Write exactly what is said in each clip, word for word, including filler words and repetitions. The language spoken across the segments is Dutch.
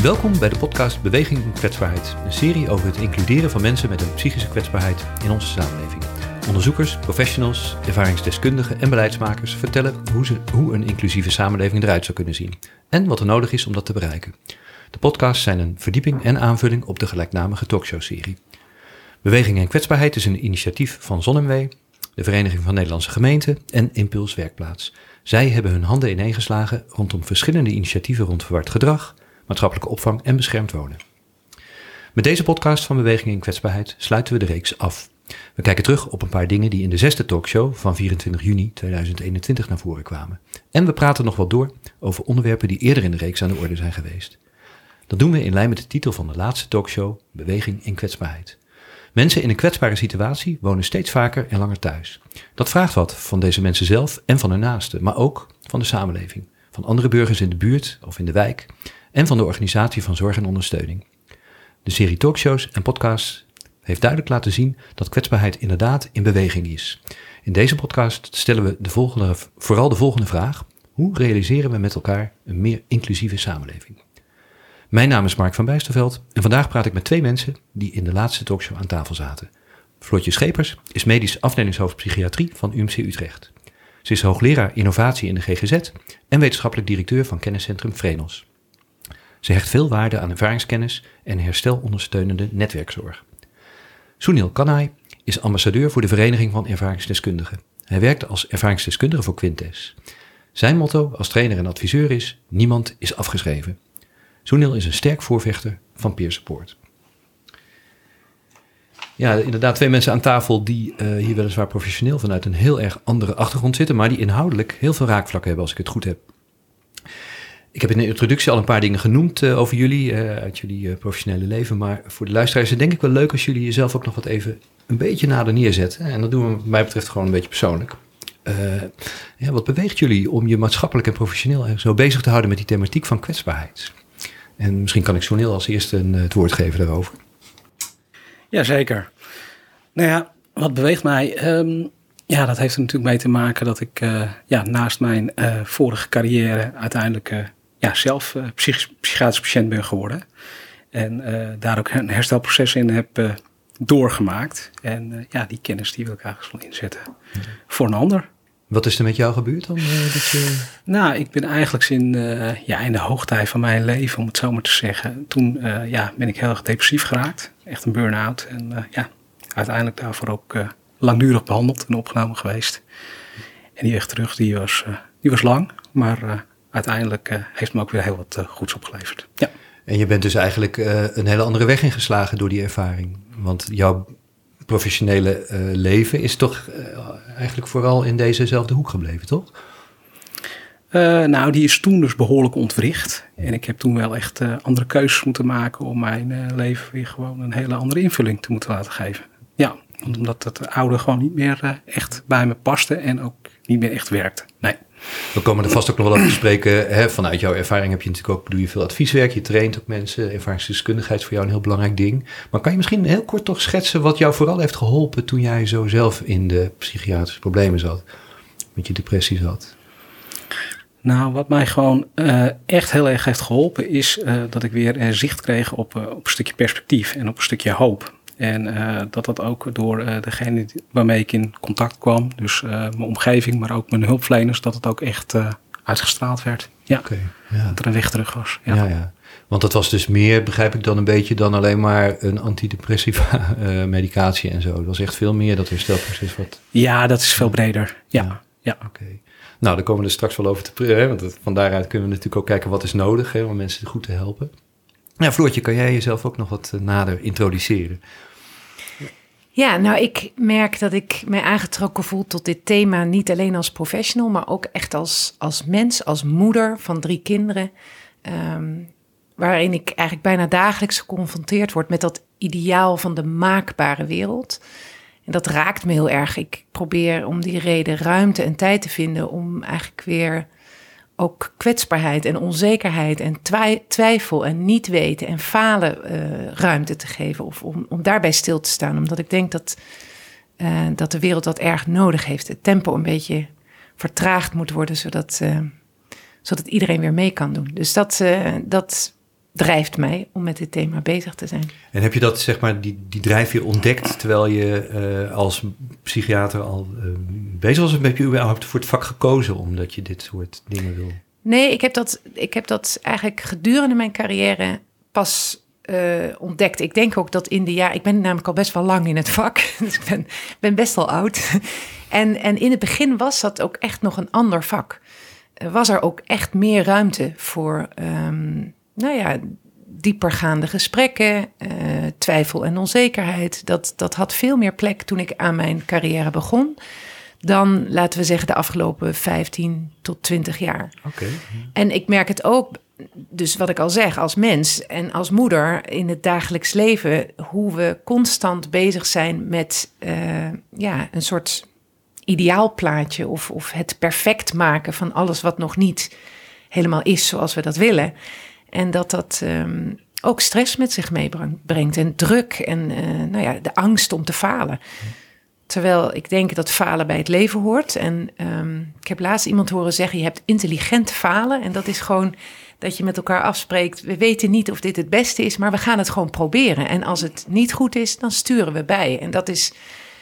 Welkom bij de podcast Beweging en Kwetsbaarheid. Een serie over het includeren van mensen met een psychische kwetsbaarheid in onze samenleving. Onderzoekers, professionals, ervaringsdeskundigen en beleidsmakers vertellen hoe, ze, hoe een inclusieve samenleving eruit zou kunnen zien. En wat er nodig is om dat te bereiken. De podcasts zijn een verdieping en aanvulling op de gelijknamige talkshow-serie. Beweging en Kwetsbaarheid is een initiatief van ZonMW, de Vereniging van Nederlandse Gemeenten en Impuls Werkplaats. Zij hebben hun handen ineengeslagen rondom verschillende initiatieven rond verward gedrag, maatschappelijke opvang en beschermd wonen. Met deze podcast van Beweging en Kwetsbaarheid sluiten we de reeks af. We kijken terug op een paar dingen die in de zesde talkshow van vierentwintig juni tweeduizend eenentwintig naar voren kwamen. En we praten nog wat door over onderwerpen die eerder in de reeks aan de orde zijn geweest. Dat doen we in lijn met de titel van de laatste talkshow, Beweging en Kwetsbaarheid. Mensen in een kwetsbare situatie wonen steeds vaker en langer thuis. Dat vraagt wat van deze mensen zelf en van hun naasten, maar ook van de samenleving, van andere burgers in de buurt of in de wijk en van de organisatie van zorg en ondersteuning. De serie talkshows en podcasts heeft duidelijk laten zien dat kwetsbaarheid inderdaad in beweging is. In deze podcast stellen we de volgende, vooral de volgende vraag: hoe realiseren we met elkaar een meer inclusieve samenleving? Mijn naam is Mark van Bijsterveld en vandaag praat ik met twee mensen die in de laatste talkshow aan tafel zaten. Floortje Schepers is medisch afdelingshoofd psychiatrie van U M C Utrecht. Ze is hoogleraar innovatie in de G G Z en wetenschappelijk directeur van kenniscentrum Vrenos. Ze hecht veel waarde aan ervaringskennis en herstelondersteunende netwerkzorg. Sunil Kanai is ambassadeur voor de Vereniging van Ervaringsdeskundigen. Hij werkt als ervaringsdeskundige voor Quintes. Zijn motto als trainer en adviseur is: niemand is afgeschreven. Sunil is een sterk voorvechter van peer support. Ja, inderdaad twee mensen aan tafel die uh, hier weliswaar professioneel vanuit een heel erg andere achtergrond zitten, maar die inhoudelijk heel veel raakvlakken hebben als ik het goed heb. Ik heb in de introductie al een paar dingen genoemd uh, over jullie, uh, uit jullie uh, professionele leven. Maar voor de luisteraars is het denk ik wel leuk als jullie jezelf ook nog wat even een beetje nader neerzetten. En dat doen we wat mij betreft gewoon een beetje persoonlijk. Uh, ja, wat beweegt jullie om je maatschappelijk en professioneel zo bezig te houden met die thematiek van kwetsbaarheid? En misschien kan ik Sunil als eerste een, het woord geven daarover. Jazeker. Nou ja, wat beweegt mij? Um, ja, dat heeft er natuurlijk mee te maken dat ik uh, ja, naast mijn uh, vorige carrière uiteindelijk uh, ja, zelf uh, psychisch, psychiatrisch patiënt ben geworden. En uh, daar ook een herstelproces in heb uh, doorgemaakt. En uh, ja, die kennis die wil ik eigenlijk wel inzetten ja. voor een ander. Wat is er met jou gebeurd dan? Uh, dat je... Nou, ik ben eigenlijk in, uh, ja, in de hoogtij van mijn leven, om het zo maar te zeggen. Toen uh, ja, ben ik heel erg depressief geraakt. Echt een burn-out. En uh, ja, uiteindelijk daarvoor ook uh, langdurig behandeld en opgenomen geweest. En die weg terug, die was, uh, die was lang. Maar uh, uiteindelijk uh, heeft me ook weer heel wat uh, goeds opgeleverd. Ja. En je bent dus eigenlijk uh, een hele andere weg ingeslagen door die ervaring. Want jouw professionele uh, leven is toch uh, eigenlijk vooral in dezezelfde hoek gebleven, toch? Uh, nou, die is toen dus behoorlijk ontwricht. En ik heb toen wel echt uh, andere keuzes moeten maken om mijn uh, leven weer gewoon een hele andere invulling te moeten laten geven. Ja, omdat het oude gewoon niet meer uh, echt bij me paste en ook niet meer echt werkte. Nee. We komen er vast ook nog wel over te spreken. Hè? Vanuit jouw ervaring heb je natuurlijk ook, doe je veel advieswerk, je traint ook mensen. Ervaringsdeskundigheid is voor jou een heel belangrijk ding. Maar kan je misschien heel kort toch schetsen wat jou vooral heeft geholpen toen jij zo zelf in de psychiatrische problemen zat, met je depressie zat? Nou, wat mij gewoon uh, echt heel erg heeft geholpen is uh, dat ik weer uh, zicht kreeg op, uh, op een stukje perspectief en op een stukje hoop. En uh, dat dat ook door uh, degene waarmee ik in contact kwam, dus uh, mijn omgeving, maar ook mijn hulpverleners, dat het ook echt uh, uitgestraald werd. Ja, okay, ja. Dat er een weg terug was. Ja. Ja, ja. Want dat was dus meer, begrijp ik dan een beetje, dan alleen maar een antidepressiva uh, medicatie en zo. Dat was echt veel meer dat herstelproces. Wat... Ja, dat is veel breder. Ja, ja. ja. Oké. Okay. Nou, daar komen we er straks wel over te praten, want het, van daaruit kunnen we natuurlijk ook kijken wat is nodig hè, om mensen goed te helpen. Ja, Floortje, kan jij jezelf ook nog wat uh, nader introduceren? Ja, nou ik merk dat ik mij aangetrokken voel tot dit thema niet alleen als professional, maar ook echt als, als mens, als moeder van drie kinderen. Um, waarin ik eigenlijk bijna dagelijks geconfronteerd word met dat ideaal van de maakbare wereld. En dat raakt me heel erg. Ik probeer om die reden ruimte en tijd te vinden om eigenlijk weer ook kwetsbaarheid en onzekerheid en twij- twijfel en niet weten en falen uh, ruimte te geven. Of om, om daarbij stil te staan. Omdat ik denk dat, uh, dat de wereld dat erg nodig heeft. Het tempo een beetje vertraagd moet worden, zodat, uh, zodat iedereen weer mee kan doen. Dus dat, uh, dat drijft mij om met dit thema bezig te zijn. En heb je dat, zeg maar, die, die drijfveer ontdekt terwijl je uh, als psychiater al uh, bezig was? Of heb je überhaupt voor het vak gekozen omdat je dit soort dingen wil? Nee, ik heb dat, ik heb dat eigenlijk gedurende mijn carrière pas uh, ontdekt. Ik denk ook dat in de jaren... Ik ben namelijk al best wel lang in het vak. Dus ik ben, ben best wel oud. En, en in het begin was dat ook echt nog een ander vak. Uh, was er ook echt meer ruimte voor... Um, nou ja, diepergaande gesprekken, uh, twijfel en onzekerheid. Dat, dat had veel meer plek toen ik aan mijn carrière begon... dan, laten we zeggen, de afgelopen vijftien tot twintig jaar. Okay. En ik merk het ook, dus wat ik al zeg, als mens en als moeder in het dagelijks leven... hoe we constant bezig zijn met uh, ja, een soort ideaalplaatje... Of, of het perfect maken van alles wat nog niet helemaal is zoals we dat willen... En dat dat um, ook stress met zich meebrengt en druk en uh, nou ja, de angst om te falen. Terwijl ik denk dat falen bij het leven hoort. En um, ik heb laatst iemand horen zeggen, je hebt intelligent falen. En dat is gewoon dat je met elkaar afspreekt. We weten niet of dit het beste is, maar we gaan het gewoon proberen. En als het niet goed is, dan sturen we bij. En dat is,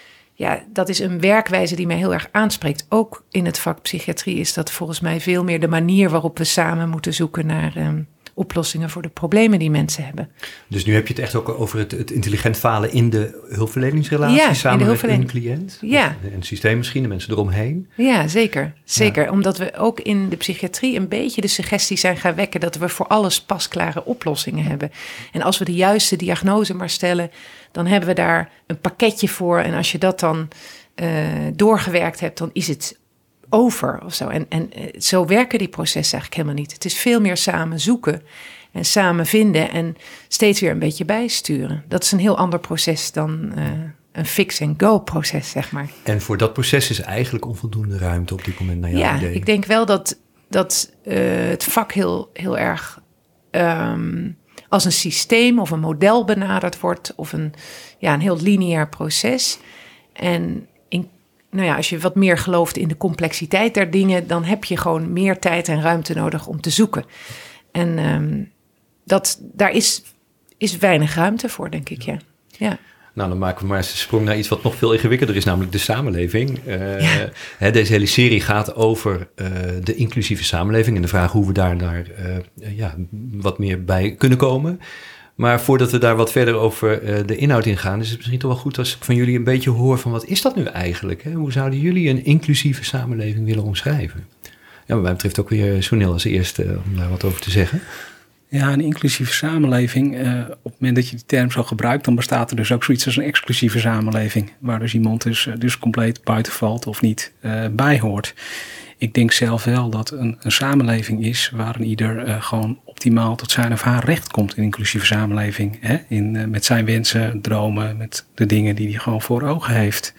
ja, dat is een werkwijze die mij heel erg aanspreekt. Ook in het vak psychiatrie is dat volgens mij veel meer de manier waarop we samen moeten zoeken naar... Um, oplossingen voor de problemen die mensen hebben. Dus nu heb je het echt ook over het, het intelligent falen in de hulpverleningsrelatie, ja, samen hulpverlening. met een cliënt? Ja. En het systeem misschien, de mensen eromheen? Ja, zeker. Zeker. Ja. Omdat we ook in de psychiatrie een beetje de suggestie zijn gaan wekken dat we voor alles pasklare oplossingen hebben. En als we de juiste diagnose maar stellen, dan hebben we daar een pakketje voor. En als je dat dan uh, doorgewerkt hebt, dan is het over of zo. En, en zo werken die processen eigenlijk helemaal niet. Het is veel meer samen zoeken en samen vinden en steeds weer een beetje bijsturen. Dat is een heel ander proces dan uh, een fix-and-go proces, zeg maar. En voor dat proces is eigenlijk onvoldoende ruimte op dit moment naar jouw ja, idee? Ja, ik denk wel dat, dat uh, het vak heel, heel erg um, als een systeem of een model benaderd wordt of een, ja, een heel lineair proces. En nou ja, als je wat meer gelooft in de complexiteit der dingen, dan heb je gewoon meer tijd en ruimte nodig om te zoeken. En um, dat, daar is, is weinig ruimte voor, denk ik, ja. ja. Nou, dan maken we maar eens een sprong naar iets wat nog veel ingewikkelder is, namelijk de samenleving. Uh, ja. hè, deze hele serie gaat over uh, de inclusieve samenleving en de vraag hoe we daar naar, uh, ja, wat meer bij kunnen komen. Maar voordat we daar wat verder over uh, de inhoud in gaan, is het misschien toch wel goed als ik van jullie een beetje hoor van wat is dat nu eigenlijk? Hè? Hoe zouden jullie een inclusieve samenleving willen omschrijven? Ja, wat mij betreft ook weer Sunil als eerste uh, om daar wat over te zeggen. Ja, een inclusieve samenleving. Uh, op het moment dat je die term zo gebruikt, dan bestaat er dus ook zoiets als een exclusieve samenleving. Waar dus iemand dus, dus compleet buiten valt of niet uh, bij hoort. Ik denk zelf wel dat een, een samenleving is waarin ieder uh, gewoon optimaal tot zijn of haar recht komt. Een inclusieve samenleving. Hè? In, uh, met zijn wensen, dromen, met de dingen die hij gewoon voor ogen heeft.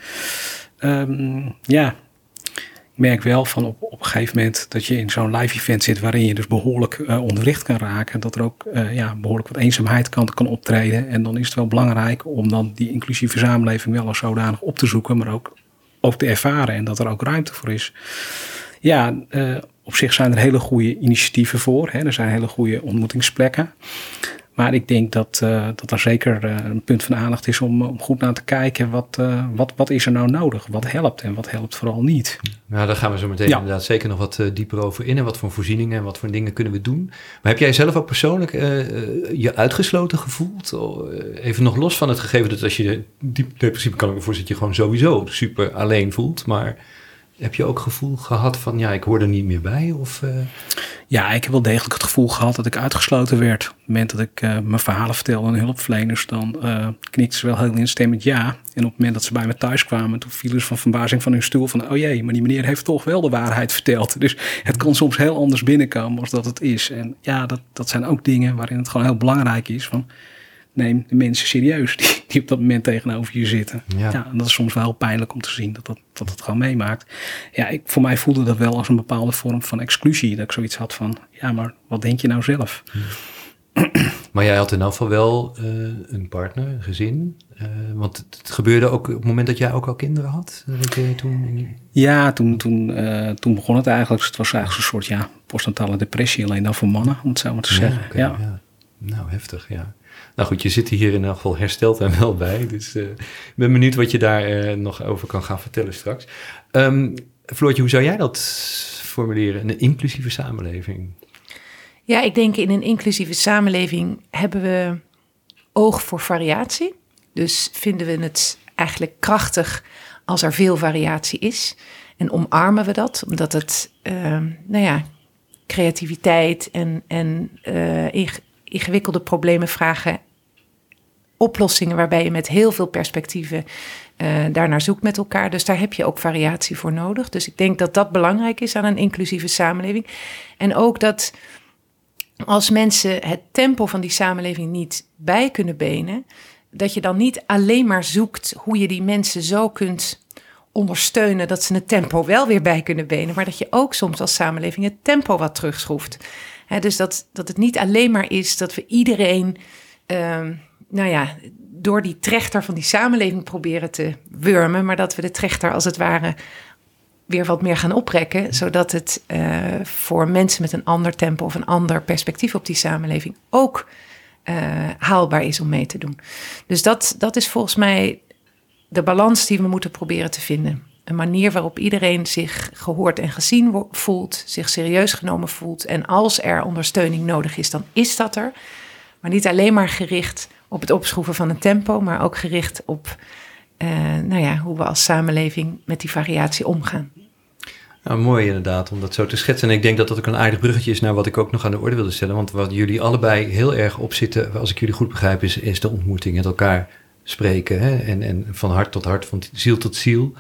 Um, ja, ik merk wel van op, op een gegeven moment dat je in zo'n live event zit waarin je dus behoorlijk uh, onderricht kan raken. Dat er ook uh, ja, behoorlijk wat eenzaamheid kan, kan optreden. En dan is het wel belangrijk om dan die inclusieve samenleving wel als zodanig op te zoeken, maar ook, ook te ervaren en dat er ook ruimte voor is. Ja, uh, op zich zijn er hele goede initiatieven voor. Hè. Er zijn hele goede ontmoetingsplekken. Maar ik denk dat, uh, dat er zeker uh, een punt van aandacht is om, om goed naar te kijken. Wat, uh, wat, wat is er nou nodig? Wat helpt en wat helpt vooral niet? Nou, daar gaan we zo meteen ja. inderdaad zeker nog wat uh, dieper over in. En wat voor voorzieningen en wat voor dingen kunnen we doen. Maar heb jij zelf ook persoonlijk uh, uh, je uitgesloten gevoeld? Uh, even nog los van het gegeven dat als je diep depressief kan ik me voorstellen dat je gewoon sowieso super alleen voelt. Maar heb je ook gevoel gehad van, ja, ik hoor er niet meer bij? Of, uh... Ja, ik heb wel degelijk het gevoel gehad dat ik uitgesloten werd. Op het moment dat ik uh, mijn verhalen vertelde aan hulpverleners, dan uh, knikten ze wel heel instemmend ja. En op het moment dat ze bij me thuis kwamen, toen vielen ze van verbazing van hun stoel van, oh jee, maar die meneer heeft toch wel de waarheid verteld. Dus het kan soms heel anders binnenkomen als dat het is. En ja, dat, dat zijn ook dingen waarin het gewoon heel belangrijk is van, neem de mensen serieus die, die op dat moment tegenover je zitten. Ja. Ja, en dat is soms wel heel pijnlijk om te zien dat dat, dat, dat gewoon meemaakt. Ja, ik, voor mij voelde dat wel als een bepaalde vorm van exclusie. Dat ik zoiets had van, ja, maar wat denk je nou zelf? Ja. Maar jij had in elk geval wel uh, een partner, een gezin. Uh, want het gebeurde ook op het moment dat jij ook al kinderen had? Dat je toen... Ja, toen, toen, uh, toen begon het eigenlijk. Het was eigenlijk een soort ja, postnatale depressie, alleen dan voor mannen, om het zo maar te zeggen. Ja, okay, ja. Nou, heftig, ja. Nou goed, je zit hier in elk geval hersteld en wel bij. Dus uh, ik ben benieuwd wat je daar uh, nog over kan gaan vertellen straks. Um, Floortje, hoe zou jij dat formuleren? Een inclusieve samenleving? Ja, ik denk in een inclusieve samenleving hebben we oog voor variatie. Dus vinden we het eigenlijk krachtig als er veel variatie is. En omarmen we dat, omdat het, uh, nou ja, creativiteit en, en uh, ingewikkelde problemen vragen oplossingen waarbij je met heel veel perspectieven uh, daarnaar zoekt met elkaar. Dus daar heb je ook variatie voor nodig. Dus ik denk dat dat belangrijk is aan een inclusieve samenleving. En ook dat als mensen het tempo van die samenleving niet bij kunnen benen, dat je dan niet alleen maar zoekt hoe je die mensen zo kunt ondersteunen dat ze het tempo wel weer bij kunnen benen, maar dat je ook soms als samenleving het tempo wat terugschroeft. He, dus dat, dat het niet alleen maar is dat we iedereen uh, nou ja, door die trechter van die samenleving proberen te wurmen, maar dat we de trechter als het ware weer wat meer gaan oprekken, zodat het uh, voor mensen met een ander tempo of een ander perspectief op die samenleving ook uh, haalbaar is om mee te doen. Dus dat, dat is volgens mij de balans die we moeten proberen te vinden. Een manier waarop iedereen zich gehoord en gezien voelt, zich serieus genomen voelt. En als er ondersteuning nodig is, dan is dat er. Maar niet alleen maar gericht op het opschroeven van een tempo, maar ook gericht op uh, nou ja, hoe we als samenleving met die variatie omgaan. Nou, mooi inderdaad, om dat zo te schetsen. En ik denk dat dat ook een aardig bruggetje is naar wat ik ook nog aan de orde wilde stellen. Want wat jullie allebei heel erg op zitten, als ik jullie goed begrijp, is, is de ontmoeting, het elkaar spreken. Hè? En, en van hart tot hart, van ziel tot ziel.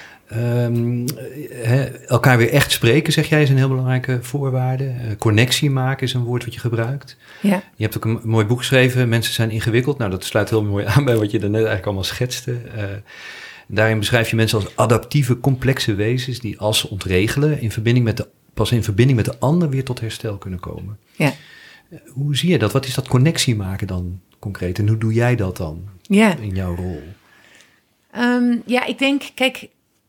Um, he, elkaar weer echt spreken, zeg jij, is een heel belangrijke voorwaarde. Uh, connectie maken is een woord wat je gebruikt. Ja. Je hebt ook een mooi boek geschreven, Mensen zijn ingewikkeld. Nou, dat sluit heel mooi aan bij wat je daarnet eigenlijk allemaal schetste. Uh, daarin beschrijf je mensen als adaptieve, complexe wezens die als ze ontregelen, in verbinding met de, pas in verbinding met de ander weer tot herstel kunnen komen. Ja. Uh, hoe zie je dat? Wat is dat connectie maken dan concreet? En hoe doe jij dat dan ja. in jouw rol? Um, ja, ik denk, kijk,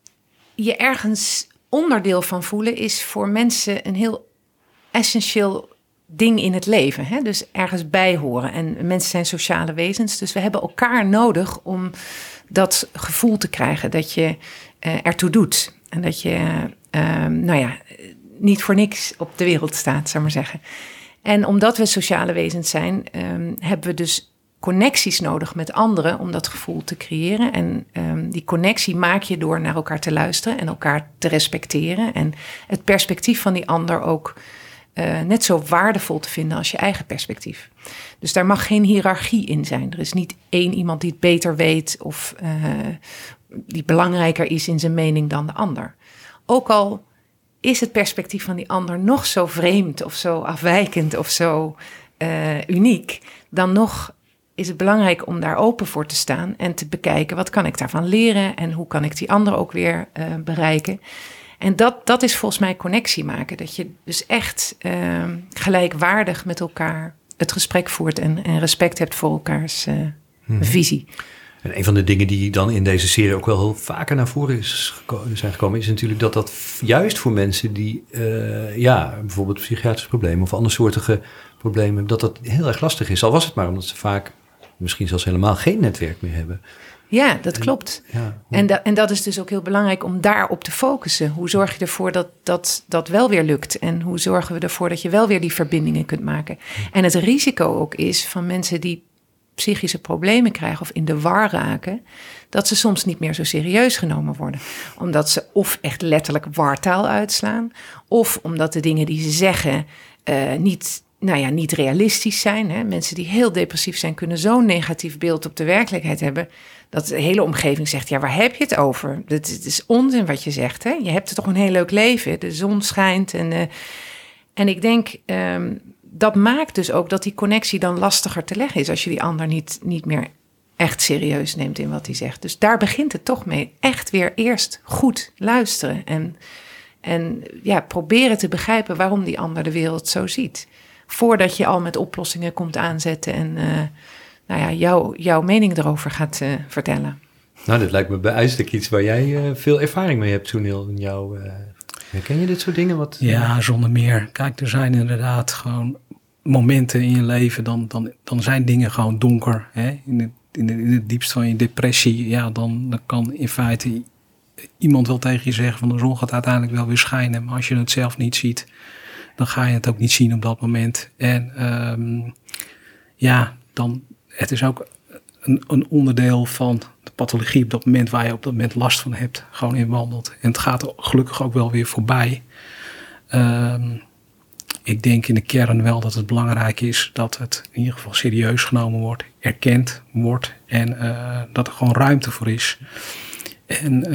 je ergens onderdeel van voelen is voor mensen een heel essentieel ding in het leven. Hè? Dus ergens bij horen. En mensen zijn sociale wezens, dus we hebben elkaar nodig om dat gevoel te krijgen dat je uh, ertoe doet. En dat je, uh, nou ja, niet voor niks op de wereld staat, zou maar zeggen. En omdat we sociale wezens zijn, um, hebben we dus connecties nodig met anderen om dat gevoel te creëren. En um, die connectie maak je door naar elkaar te luisteren en elkaar te respecteren. En het perspectief van die ander ook uh, net zo waardevol te vinden als je eigen perspectief. Dus daar mag geen hiërarchie in zijn. Er is niet één iemand die het beter weet of uh, die belangrijker is in zijn mening dan de ander. Ook al is het perspectief van die ander nog zo vreemd of zo afwijkend of zo uh, uniek, dan nog is het belangrijk om daar open voor te staan en te bekijken wat kan ik daarvan leren en hoe kan ik die ander ook weer uh, bereiken. En dat, dat is volgens mij connectie maken. Dat je dus echt uh, gelijkwaardig met elkaar het gesprek voert en, en respect hebt voor elkaars uh, hmm. visie. En een van de dingen die dan in deze serie ook wel heel vaker naar voren is gekomen, zijn gekomen, is natuurlijk dat dat juist voor mensen die, uh, ja, bijvoorbeeld psychiatrische problemen of andersoortige problemen, dat dat heel erg lastig is. Al was het maar omdat ze vaak misschien zelfs helemaal geen netwerk meer hebben. Ja, dat klopt. En, ja, en, da- en dat is dus ook heel belangrijk om daarop te focussen. Hoe zorg je ervoor dat dat, dat wel weer lukt? En hoe zorgen we ervoor dat je wel weer die verbindingen kunt maken? En het risico ook is van mensen die psychische problemen krijgen of in de war raken, dat ze soms niet meer zo serieus genomen worden. Omdat ze of echt letterlijk wartaal uitslaan, of omdat de dingen die ze zeggen uh, niet, nou ja, niet realistisch zijn. Hè. Mensen die heel depressief zijn kunnen zo'n negatief beeld op de werkelijkheid hebben, dat de hele omgeving zegt, ja, waar heb je het over? Het is onzin wat je zegt. Hè? Je hebt toch een heel leuk leven. De zon schijnt. En, uh, en ik denk, um, dat maakt dus ook dat die connectie dan lastiger te leggen is als je die ander niet, niet meer echt serieus neemt in wat hij zegt. Dus daar begint het toch mee. Echt weer eerst goed luisteren. En, en ja, proberen te begrijpen waarom die ander de wereld zo ziet. Voordat je al met oplossingen komt aanzetten en uh, nou ja, jou, jouw mening erover gaat uh, vertellen. Nou, dit lijkt me bij uitstek iets waar jij uh, veel ervaring mee hebt, Soenil. In jouw, uh, herken je dit soort dingen? Wat, ja, zonder meer. Kijk, er zijn inderdaad gewoon momenten in je leven, dan, dan, dan zijn dingen gewoon donker. Hè? In, het, in, het, in het diepst van je depressie, ja, dan, dan kan in feite iemand wel tegen je zeggen van de zon gaat uiteindelijk wel weer schijnen. Maar als je het zelf niet ziet, dan ga je het ook niet zien op dat moment. En um, ja, dan, het is ook een, een onderdeel van de pathologie op dat moment waar je op dat moment last van hebt, gewoon in wandelt. En het gaat gelukkig ook wel weer voorbij. Um, ik denk in de kern wel dat het belangrijk is dat het in ieder geval serieus genomen wordt, erkend wordt en uh, dat er gewoon ruimte voor is. En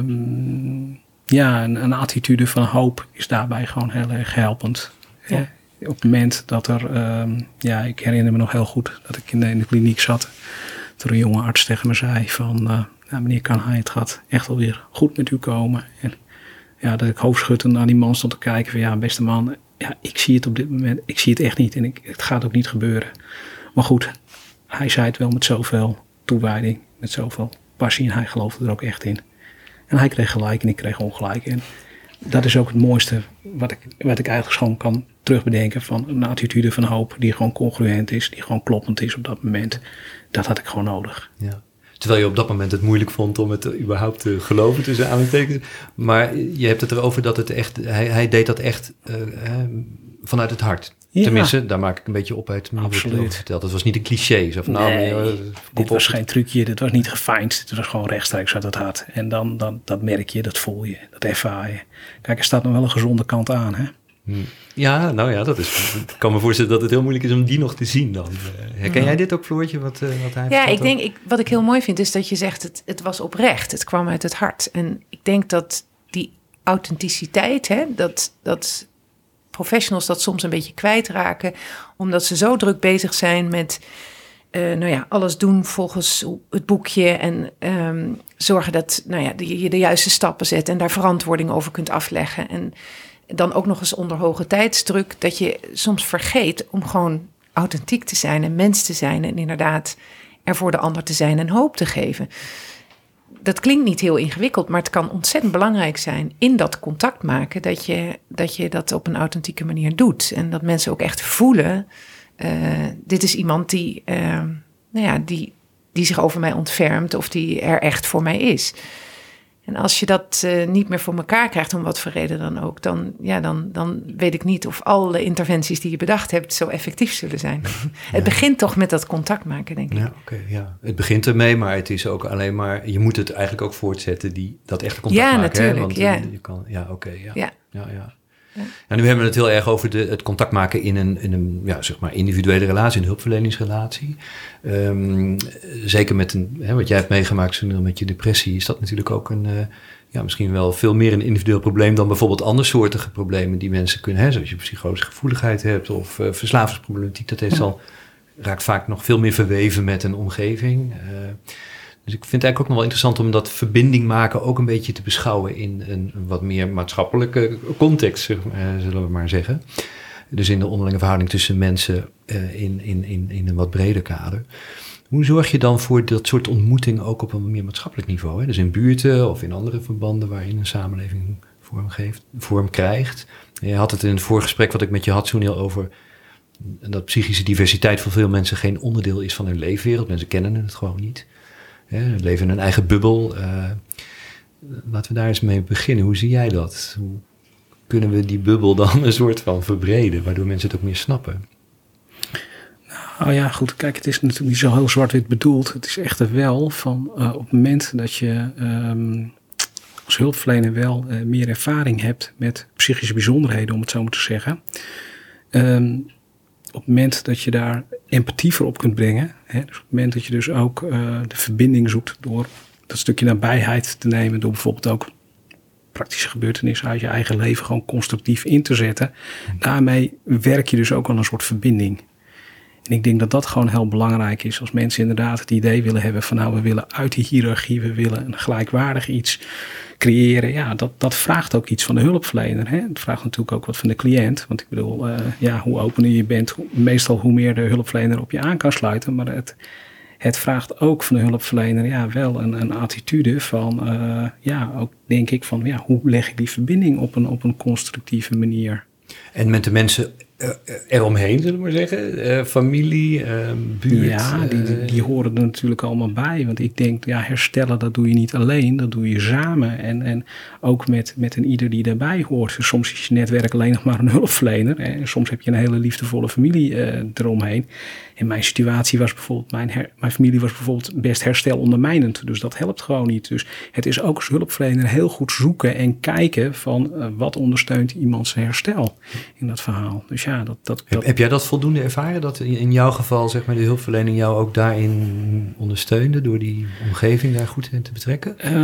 um, ja, een, een attitude van hoop is daarbij gewoon heel erg helpend. Ja. Eh, op het moment dat er, um, ja, ik herinner me nog heel goed dat ik in de, in de kliniek zat, toen een jonge arts tegen me zei van, uh, nou, meneer Kanhai, het gaat echt wel weer goed met u komen. En ja, dat ik hoofdschuddend naar die man stond te kijken van, ja, beste man, ja, ik zie het op dit moment, ik zie het echt niet en ik, het gaat ook niet gebeuren. Maar goed, hij zei het wel met zoveel toewijding, met zoveel passie en hij geloofde er ook echt in. En hij kreeg gelijk en ik kreeg ongelijk. En dat is ook het mooiste wat ik, wat ik eigenlijk gewoon kan terugbedenken van een attitude van hoop die gewoon congruent is, die gewoon kloppend is op dat moment. Dat had ik gewoon nodig. Ja. Terwijl je op dat moment het moeilijk vond om het überhaupt te geloven tussen aanhalingstekens. Maar je hebt het erover dat het echt, hij, hij deed dat echt uh, vanuit het hart. Ja. Tenminste, daar maak ik een beetje op uit wat je over verteld. Het was niet een cliché. Zo van, nee, nou, meneer, dit was geen trucje, dit was niet gefijnst. Het was gewoon rechtstreeks uit het hart. En dan, dan dat merk je, dat voel je, dat ervaar je. Kijk, er staat nog wel een gezonde kant aan, hè? Ja, nou ja, dat is. Ik kan me voorstellen dat het heel moeilijk is om die nog te zien dan. Herken ja. jij dit ook, Floortje? Wat, uh, wat hij ja, ik denk, ik, wat ik heel mooi vind is dat je zegt, het, het was oprecht. Het kwam uit het hart. En ik denk dat die authenticiteit, hè, dat, dat professionals dat soms een beetje kwijtraken, omdat ze zo druk bezig zijn met uh, nou ja, alles doen volgens het boekje en um, zorgen dat nou ja, je de juiste stappen zet en daar verantwoording over kunt afleggen. En dan ook nog eens onder hoge tijdsdruk, dat je soms vergeet om gewoon authentiek te zijn en mens te zijn en inderdaad er voor de ander te zijn en hoop te geven. Dat klinkt niet heel ingewikkeld, maar het kan ontzettend belangrijk zijn in dat contact maken, dat je dat, je dat op een authentieke manier doet. En dat mensen ook echt voelen, uh, dit is iemand die, uh, nou ja, die, die zich over mij ontfermt of die er echt voor mij is. En als je dat uh, niet meer voor elkaar krijgt, om wat voor reden dan ook, dan, ja, dan, dan weet ik niet of alle interventies die je bedacht hebt zo effectief zullen zijn. Ja. Het begint toch met dat contact maken, denk ik. Ja, okay, ja. Het begint ermee, maar het is ook alleen maar, je moet het eigenlijk ook voortzetten, die, dat echte contact ja, maken. Natuurlijk, hè? Want ja, je kan, ja, oké, okay, ja. Ja. Ja, ja. Ja. En nu hebben we het heel erg over de, het contact maken in een, in een ja, zeg maar individuele relatie, een hulpverleningsrelatie. Um, zeker met een, hè, wat jij hebt meegemaakt Sunil, met je depressie, is dat natuurlijk ook een, uh, ja, misschien wel veel meer een individueel probleem dan bijvoorbeeld andersoortige problemen die mensen kunnen hebben, zoals je psychose gevoeligheid hebt of uh, verslavingsproblematiek. Dat heeft al, raakt vaak nog veel meer verweven met een omgeving. Uh, Dus ik vind het eigenlijk ook nog wel interessant om dat verbinding maken ook een beetje te beschouwen in een, een wat meer maatschappelijke context, zullen we maar zeggen. Dus in de onderlinge verhouding tussen mensen uh, in, in, in, in een wat breder kader. Hoe zorg je dan voor dat soort ontmoeting ook op een meer maatschappelijk niveau? Hè? Dus in buurten of in andere verbanden waarin een samenleving vorm, geeft, vorm krijgt. Je had het in het voorgesprek wat ik met je had, Sunil, over dat psychische diversiteit voor veel mensen geen onderdeel is van hun leefwereld. Mensen kennen het gewoon niet. Ja, we leven in een eigen bubbel. Uh, laten we daar eens mee beginnen. Hoe zie jij dat? Hoe kunnen we die bubbel dan een soort van verbreden, waardoor mensen het ook meer snappen? Nou ja, goed. Kijk, het is natuurlijk niet zo heel zwart-wit bedoeld. Het is echter wel van uh, op het moment dat je um, als hulpverlener wel uh, meer ervaring hebt met psychische bijzonderheden, om het zo maar te zeggen. Um, Op het moment dat je daar empathie voor op kunt brengen. Hè, dus op het moment dat je dus ook uh, de verbinding zoekt door dat stukje nabijheid te nemen. Door bijvoorbeeld ook praktische gebeurtenissen uit je eigen leven gewoon constructief in te zetten. Daarmee werk je dus ook aan een soort verbinding. En ik denk dat dat gewoon heel belangrijk is. Als mensen inderdaad het idee willen hebben van nou, we willen uit die hiërarchie, we willen een gelijkwaardig iets creëren. Ja, dat, dat vraagt ook iets van de hulpverlener. Hè? Het vraagt natuurlijk ook wat van de cliënt. Want ik bedoel, uh, ja, hoe opener je bent, hoe, meestal hoe meer de hulpverlener op je aan kan sluiten. Maar het, het vraagt ook van de hulpverlener ja, wel een, een attitude van, uh, ja, ook denk ik van, ja, hoe leg ik die verbinding op een, op een constructieve manier? En met de mensen uh, eromheen, zullen we maar zeggen? Uh, familie, uh, buurt? Ja, die, die, die horen er natuurlijk allemaal bij. Want ik denk, ja, herstellen, dat doe je niet alleen. Dat doe je samen. En, en ook met, met een ieder die daarbij hoort. Dus soms is je netwerk alleen nog maar een hulpverlener. Hè? En soms heb je een hele liefdevolle familie uh, eromheen. En mijn situatie was bijvoorbeeld, mijn, her, mijn familie was bijvoorbeeld best herstelondermijnend. Dus dat helpt gewoon niet. Dus het is ook als hulpverlener heel goed zoeken en kijken van uh, wat ondersteunt iemands herstel in dat verhaal. Dus ja, dat, dat, heb, dat... heb jij dat voldoende ervaren? Dat in jouw geval, zeg maar, de hulpverlening jou ook daarin ondersteunde door die omgeving daar goed in te betrekken? Uh,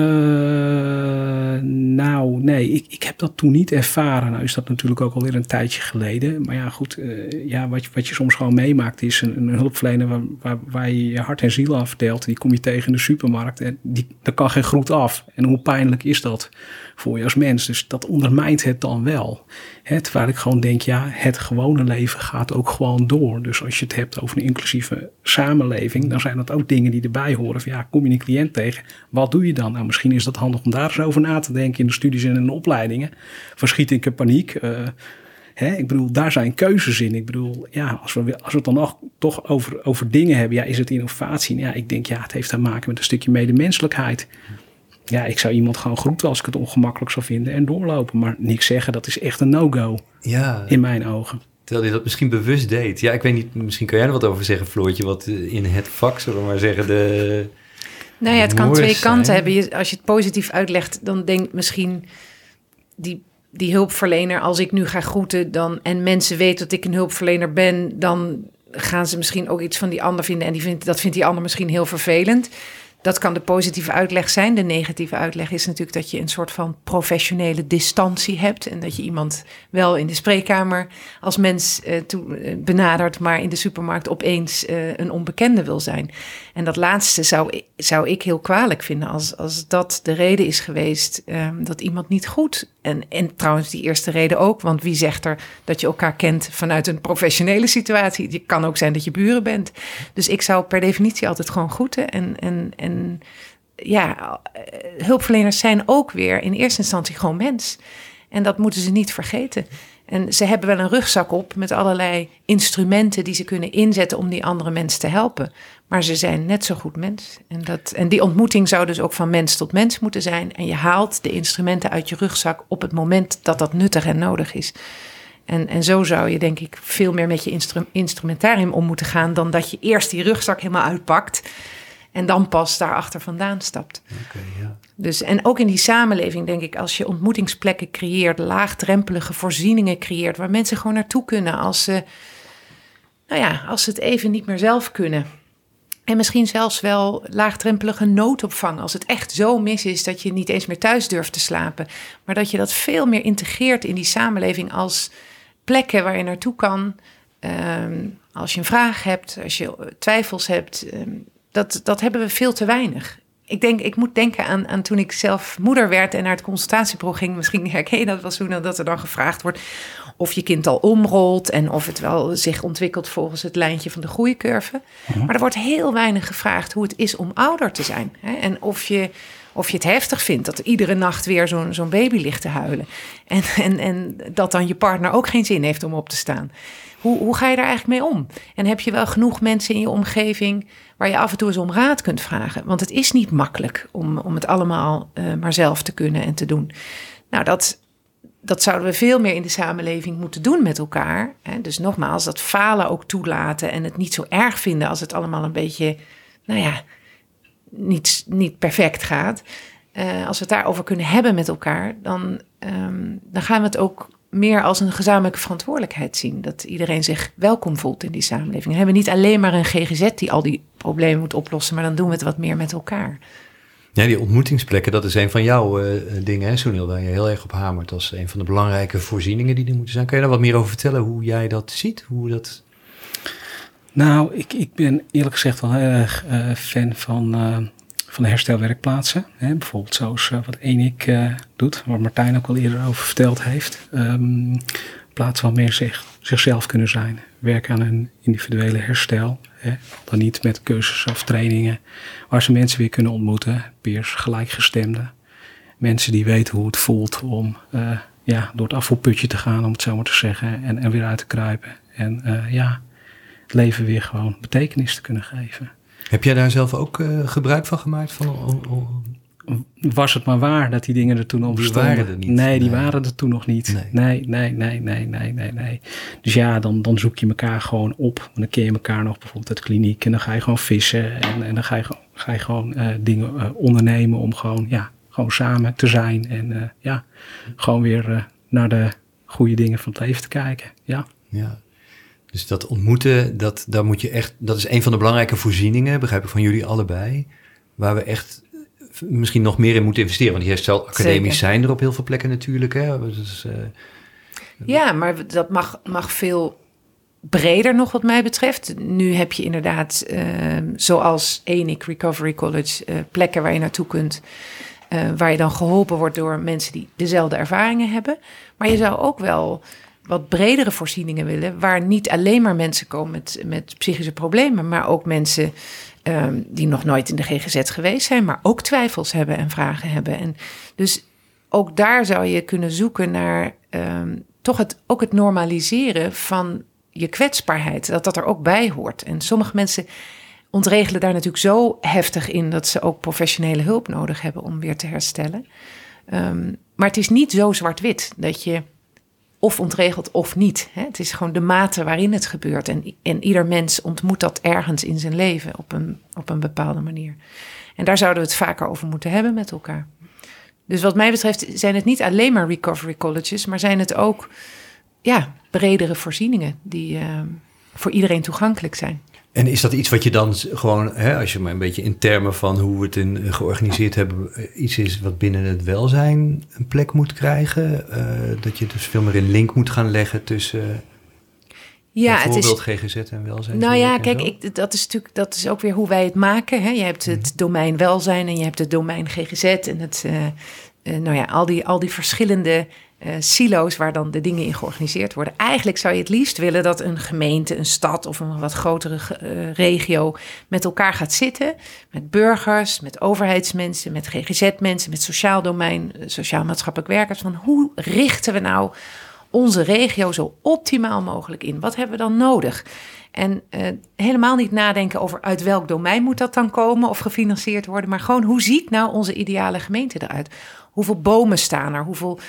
nou, nee, ik, ik heb dat toen niet ervaren. Nou is dat natuurlijk ook alweer een tijdje geleden. Maar ja, goed, uh, ja, wat, wat je soms gewoon meemaakt is een, een hulpverlener waar, waar, waar je je hart en ziel aan vertelt. Die kom je tegen in de supermarkt en die, daar kan geen groet af. En hoe pijnlijk is dat voor je als mens? Dus dat ondermijnt het dan wel. Hè, terwijl ik gewoon denk, ja, het gewone leven gaat ook gewoon door. Dus als je het hebt over een inclusieve samenleving, dan zijn dat ook dingen die erbij horen. Van, ja, kom je een cliënt tegen, wat doe je dan? Nou, misschien is dat handig om daar eens over na te denken in de studies en in de opleidingen. Verschiet ik in paniek? Uh, Hè, ik bedoel, daar zijn keuzes in. Ik bedoel, ja, als we, als we het dan nog, toch over, over dingen hebben, ja, is het innovatie? Ja, ik denk, ja, het heeft te maken met een stukje medemenselijkheid. Ja, ik zou iemand gewoon groeten als ik het ongemakkelijk zou vinden en doorlopen. Maar niks zeggen, dat is echt een no-go. Ja. In mijn ogen. Terwijl je dat misschien bewust deed. Ja, ik weet niet, misschien kan jij er wat over zeggen, Floortje, wat in het vak, zullen we maar zeggen, de... Nou ja, het kan twee kanten hebben. Je, als je het positief uitlegt, dan denk misschien die... die hulpverlener, als ik nu ga groeten dan, en mensen weten dat ik een hulpverlener ben, dan gaan ze misschien ook iets van die ander vinden en die vindt, dat vindt die ander misschien heel vervelend. Dat kan de positieve uitleg zijn. De negatieve uitleg is natuurlijk dat je een soort van professionele distantie hebt en dat je iemand wel in de spreekkamer als mens uh, toe, uh, benadert, maar in de supermarkt opeens uh, een onbekende wil zijn. En dat laatste zou, zou ik heel kwalijk vinden als, als dat de reden is geweest um, dat iemand niet goed. En, en trouwens die eerste reden ook, want wie zegt er dat je elkaar kent vanuit een professionele situatie? Het kan ook zijn dat je buren bent. Dus ik zou per definitie altijd gewoon groeten. En, en, en ja, hulpverleners zijn ook weer in eerste instantie gewoon mens. En dat moeten ze niet vergeten. En ze hebben wel een rugzak op met allerlei instrumenten die ze kunnen inzetten om die andere mensen te helpen. Maar ze zijn net zo goed mens. En, dat, en die ontmoeting zou dus ook van mens tot mens moeten zijn. En je haalt de instrumenten uit je rugzak op het moment dat dat nuttig en nodig is. En, en zo zou je denk ik veel meer met je instru- instrumentarium om moeten gaan dan dat je eerst die rugzak helemaal uitpakt en dan pas daarachter vandaan stapt. Okay, ja. Dus, en ook in die samenleving denk ik, als je ontmoetingsplekken creëert, laagdrempelige voorzieningen creëert, waar mensen gewoon naartoe kunnen als ze, nou ja, als ze het even niet meer zelf kunnen. En misschien zelfs wel laagdrempelige noodopvang, als het echt zo mis is dat je niet eens meer thuis durft te slapen. Maar dat je dat veel meer integreert in die samenleving als plekken waar je naartoe kan. Um, als je een vraag hebt, als je twijfels hebt, um, dat, dat hebben we veel te weinig. Ik denk, ik moet denken aan, aan toen ik zelf moeder werd en naar het consultatiebureau ging. Misschien herken je dat wel zo, dat er dan gevraagd wordt of je kind al omrolt en of het wel zich ontwikkelt volgens het lijntje van de groeicurve. Ja. Maar er wordt heel weinig gevraagd hoe het is om ouder te zijn. Hè? En of je, of je het heftig vindt dat er iedere nacht weer zo'n, zo'n baby ligt te huilen. En, en, en dat dan je partner ook geen zin heeft om op te staan. Hoe, hoe ga je daar eigenlijk mee om? En heb je wel genoeg mensen in je omgeving waar je af en toe eens om raad kunt vragen? Want het is niet makkelijk om, om het allemaal uh, maar zelf te kunnen en te doen. Nou, dat, dat zouden we veel meer in de samenleving moeten doen met elkaar. Hè? Dus nogmaals, dat falen ook toelaten en het niet zo erg vinden als het allemaal een beetje, nou ja, niet, niet perfect gaat. Uh, als we het daarover kunnen hebben met elkaar, dan, um, dan gaan we het ook meer als een gezamenlijke verantwoordelijkheid zien. Dat iedereen zich welkom voelt in die samenleving. Dan hebben we niet alleen maar een G G Z die al die problemen moet oplossen, maar dan doen we het wat meer met elkaar. Ja, die ontmoetingsplekken, dat is een van jouw uh, dingen, hè, Sunil, waar je heel erg op hamert als een van de belangrijke voorzieningen die er moeten zijn. Kan je daar wat meer over vertellen, hoe jij dat ziet? Hoe dat... Nou, ik, ik ben eerlijk gezegd wel heel erg uh, fan van, uh, van de herstelwerkplaatsen. Hè? Bijvoorbeeld zoals uh, wat Enik uh, doet, waar Martijn ook al eerder over verteld heeft. Um, plaatsen waar meer zich, zichzelf kunnen zijn. Werken aan een individuele herstel. Hè? Dan niet met cursussen of trainingen. Waar ze mensen weer kunnen ontmoeten. Peers, gelijkgestemden. Mensen die weten hoe het voelt om uh, ja, door het afvoerputje te gaan, om het zo maar te zeggen. En, en weer uit te kruipen. En uh, ja, het leven weer gewoon betekenis te kunnen geven. Heb jij daar zelf ook uh, gebruik van gemaakt? Van, oh, oh. Was het maar waar dat die dingen er toen al bestonden? Die waren er niet. Nee, die nee. waren er toen nog niet. Nee, nee, nee, nee, nee, nee, nee. Dus ja, dan, dan zoek je elkaar gewoon op. En dan ken je elkaar nog bijvoorbeeld uit de kliniek. En dan ga je gewoon vissen. En, en dan ga je, ga je gewoon uh, dingen uh, ondernemen om gewoon, ja, gewoon samen te zijn. En uh, ja, gewoon weer uh, naar de goede dingen van het leven te kijken. Ja. Ja. Dus dat ontmoeten, dat, daar moet je echt, dat is een van de belangrijke voorzieningen, begrijp ik van jullie allebei, waar we echt misschien nog meer in moeten investeren. Want die herstel academisch zijn er op heel veel plekken natuurlijk. Hè? Dus, uh, ja, maar dat mag, mag veel breder nog wat mij betreft. Nu heb je inderdaad, uh, zoals E N I C Recovery College, uh, plekken waar je naartoe kunt, uh, waar je dan geholpen wordt door mensen die dezelfde ervaringen hebben. Maar je zou ook wel wat bredere voorzieningen willen, waar niet alleen maar mensen komen met, met psychische problemen, maar ook mensen um, die nog nooit in de G G Z geweest zijn, maar ook twijfels hebben en vragen hebben. En dus ook daar zou je kunnen zoeken naar um, toch het, ook het normaliseren van je kwetsbaarheid, dat dat er ook bij hoort. En sommige mensen ontregelen daar natuurlijk zo heftig in dat ze ook professionele hulp nodig hebben om weer te herstellen. Um, maar het is niet zo zwart-wit dat je of ontregelt of niet. Hè? Het is gewoon de mate waarin het gebeurt. En, en ieder mens ontmoet dat ergens in zijn leven op een, op een bepaalde manier. En daar zouden we het vaker over moeten hebben met elkaar. Dus wat mij betreft zijn het niet alleen maar recovery colleges, maar zijn het ook ja, bredere voorzieningen die uh, voor iedereen toegankelijk zijn. En is dat iets wat je dan gewoon, hè, als je maar een beetje in termen van hoe we het in, georganiseerd hebben, iets is wat binnen het welzijn een plek moet krijgen? Uh, dat je dus veel meer een link moet gaan leggen tussen ja, bijvoorbeeld het is, G G Z en welzijn? Nou ja, kijk, ik, dat is natuurlijk dat is ook weer hoe wij het maken. Hè? Je hebt het mm-hmm. domein welzijn en je hebt het domein G G Z en het, uh, uh, nou ja, al die, al die verschillende Uh, silo's waar dan de dingen in georganiseerd worden. Eigenlijk zou je het liefst willen dat een gemeente, een stad of een wat grotere uh, regio met elkaar gaat zitten. Met burgers, met overheidsmensen, met G G Z-mensen, met sociaal domein, uh, sociaal-maatschappelijk werkers. Van hoe richten we nou onze regio zo optimaal mogelijk in? Wat hebben we dan nodig? En uh, helemaal niet nadenken over uit welk domein moet dat dan komen of gefinancierd worden. Maar gewoon hoe ziet nou onze ideale gemeente eruit? Hoeveel bomen staan er? Hoeveel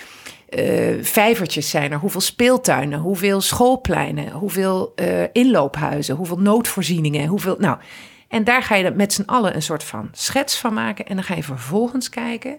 Uh, vijvertjes zijn er, hoeveel speeltuinen, hoeveel schoolpleinen, hoeveel uh, inloophuizen, hoeveel noodvoorzieningen, hoeveel. Nou, en daar ga je met z'n allen een soort van schets van maken. En dan ga je vervolgens kijken,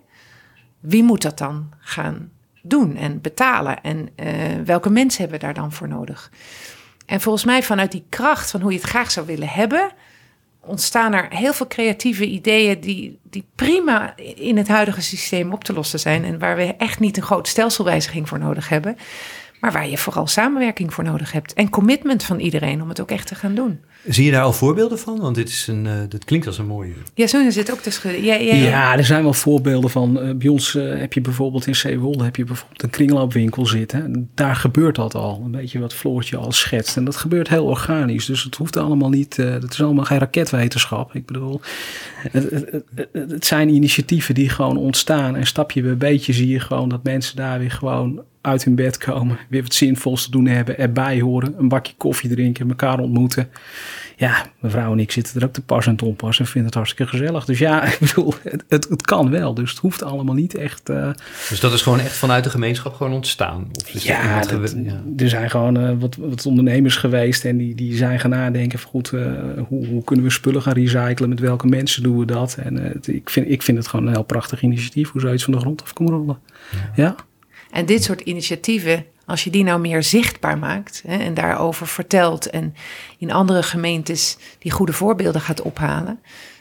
wie moet dat dan gaan doen en betalen? En uh, welke mensen hebben we daar dan voor nodig? En volgens mij vanuit die kracht van hoe je het graag zou willen hebben, ontstaan er heel veel creatieve ideeën die, die prima in het huidige systeem op te lossen zijn. En waar we echt niet een grote stelselwijziging voor nodig hebben. Maar waar je vooral samenwerking voor nodig hebt. En commitment van iedereen om het ook echt te gaan doen. Zie je daar al voorbeelden van? Want dit, is een, uh, dit klinkt als een mooie. Ja, zo zit ook te schudden. Ja, ja, ja. ja, er zijn wel voorbeelden van. Uh, bij ons uh, heb je bijvoorbeeld in Zeewolde heb je bijvoorbeeld een kringloopwinkel zitten. En daar gebeurt dat al. Een beetje wat Floortje al schetst. En dat gebeurt heel organisch. Dus het hoeft allemaal niet. Uh, het is allemaal geen raketwetenschap. Ik bedoel, het, het, het, het zijn initiatieven die gewoon ontstaan. En stapje bij beetje zie je gewoon dat mensen daar weer gewoon uit hun bed komen, weer wat zinvols te doen hebben, erbij horen, een bakje koffie drinken, elkaar ontmoeten. Ja, mevrouw en ik zitten er ook te pas en te onpas en vinden het hartstikke gezellig. Dus ja, ik bedoel, het, het, het kan wel. Dus het hoeft allemaal niet echt. Uh... Dus dat is gewoon echt vanuit de gemeenschap gewoon ontstaan? Of is ja, dat, gewe- ja, er zijn gewoon uh, wat, wat ondernemers geweest en die, die zijn gaan nadenken van goed, uh, hoe, hoe kunnen we spullen gaan recyclen, met welke mensen doen we dat? En uh, het, ik, vind, ik vind het gewoon een heel prachtig initiatief, hoe zoiets van de grond af komt rollen. Ja. ja. En dit soort initiatieven, als je die nou meer zichtbaar maakt hè, en daarover vertelt en in andere gemeentes die goede voorbeelden gaat ophalen,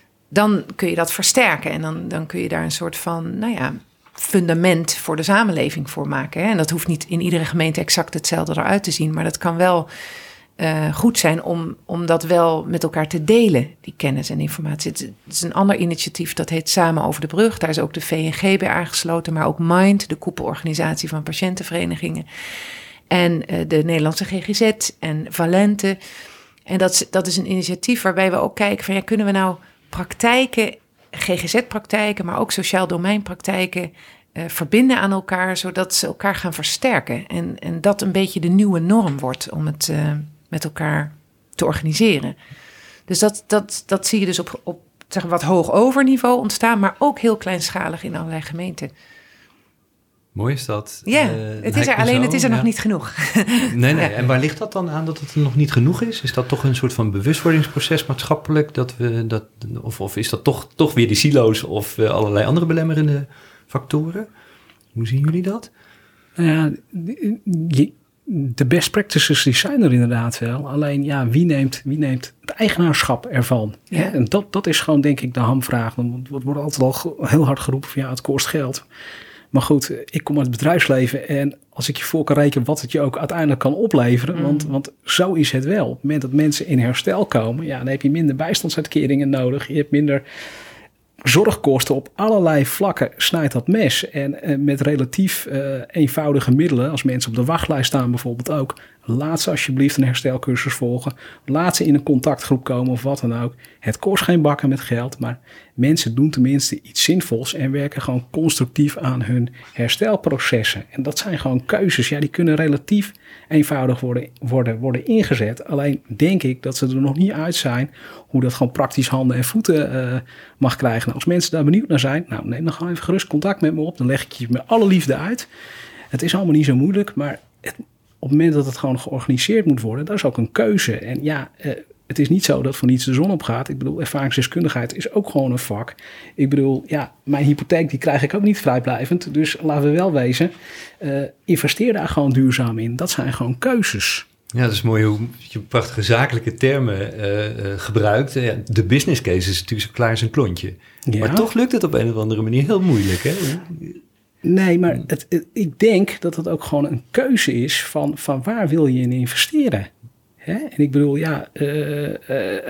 dan kun je dat versterken en dan, dan kun je daar een soort van, nou ja, fundament voor de samenleving voor maken. Hè. En dat hoeft niet in iedere gemeente exact hetzelfde eruit te zien, maar dat kan wel uh, goed zijn om, om dat wel met elkaar te delen, die kennis en informatie. Het is een ander initiatief, dat heet Samen over de Brug. Daar is ook de V N G bij aangesloten, maar ook Mind, de koepelorganisatie van patiëntenverenigingen. En uh, de Nederlandse G G Z en Valente. En dat, dat is een initiatief waarbij we ook kijken van ja, kunnen we nou praktijken, G G Z-praktijken, maar ook sociaal domeinpraktijken uh, verbinden aan elkaar, zodat ze elkaar gaan versterken. En, en dat een beetje de nieuwe norm wordt om het uh, met elkaar te organiseren. Dus dat, dat, dat zie je dus op, op zeg maar, wat hoog over niveau ontstaan, maar ook heel kleinschalig in allerlei gemeenten. Mooi is dat. Ja, uh, het is er, alleen zo, het is er ja. nog niet genoeg. Nee, nee. Ja. En waar ligt dat dan aan dat het er nog niet genoeg is? Is dat toch een soort van bewustwordingsproces maatschappelijk? Dat we dat, of, of is dat toch, toch weer die silo's of uh, allerlei andere belemmerende factoren? Hoe zien jullie dat? Nou ja, je, de best practices die zijn er inderdaad wel. Alleen ja, wie neemt, wie neemt het eigenaarschap ervan? Ja. Ja, en dat, dat is gewoon denk ik de hamvraag. Want het wordt altijd al heel hard geroepen van ja, het kost geld. Maar goed, ik kom uit het bedrijfsleven en als ik je voor kan rekenen wat het je ook uiteindelijk kan opleveren. Mm. Want, want zo is het wel. Op het moment dat mensen in herstel komen, ja, dan heb je minder bijstandsuitkeringen nodig. Je hebt minder zorgkosten op allerlei vlakken snijdt dat mes. En uh, met relatief uh, eenvoudige middelen, als mensen op de wachtlijst staan bijvoorbeeld ook, laat ze alsjeblieft een herstelcursus volgen. Laat ze in een contactgroep komen of wat dan ook. Het kost geen bakken met geld, maar mensen doen tenminste iets zinvols en werken gewoon constructief aan hun herstelprocessen. En dat zijn gewoon keuzes. Ja, die kunnen relatief eenvoudig worden, worden, worden ingezet. Alleen denk ik dat ze er nog niet uit zijn hoe dat gewoon praktisch handen en voeten uh, mag krijgen. Nou, als mensen daar benieuwd naar zijn, nou neem dan gewoon even gerust contact met me op. Dan leg ik je met alle liefde uit. Het is allemaal niet zo moeilijk, maar het, op het moment dat het gewoon georganiseerd moet worden, dat is ook een keuze. En ja, uh, het is niet zo dat van niets de zon opgaat. Ik bedoel, ervaringsdeskundigheid is ook gewoon een vak. Ik bedoel, ja, mijn hypotheek die krijg ik ook niet vrijblijvend. Dus laten we wel wezen, uh, investeer daar gewoon duurzaam in. Dat zijn gewoon keuzes. Ja, dat is mooi hoe je prachtige zakelijke termen uh, uh, gebruikt. Ja, de business case is natuurlijk zo klaar als een klontje. Ja. Maar toch lukt het op een of andere manier heel moeilijk, hè? Nee, maar het, het, ik denk dat het ook gewoon een keuze is van, van waar wil je in investeren. Hè? En ik bedoel, ja, uh, uh,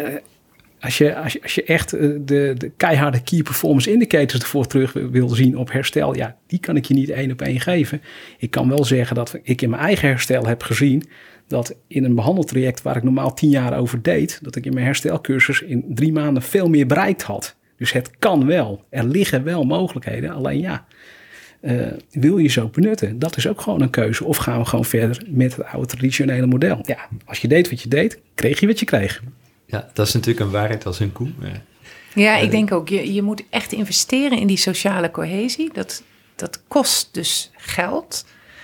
als, je, als, je, als je echt uh, de, de keiharde key performance indicators ervoor terug wil zien op herstel, ja, die kan ik je niet één op één geven. Ik kan wel zeggen dat ik in mijn eigen herstel heb gezien dat in een behandeltraject waar ik normaal tien jaar over deed, dat ik in mijn herstelcursus in drie maanden veel meer bereikt had. Dus het kan wel. Er liggen wel mogelijkheden. Alleen ja, uh, wil je zo benutten? Dat is ook gewoon een keuze. Of gaan we gewoon verder met het oude traditionele model? Ja, als je deed wat je deed, kreeg je wat je kreeg. Ja, dat is natuurlijk een waarheid als een koe. Ja, ja ik denk ook, je, je moet echt investeren in die sociale cohesie. Dat, dat kost dus geld.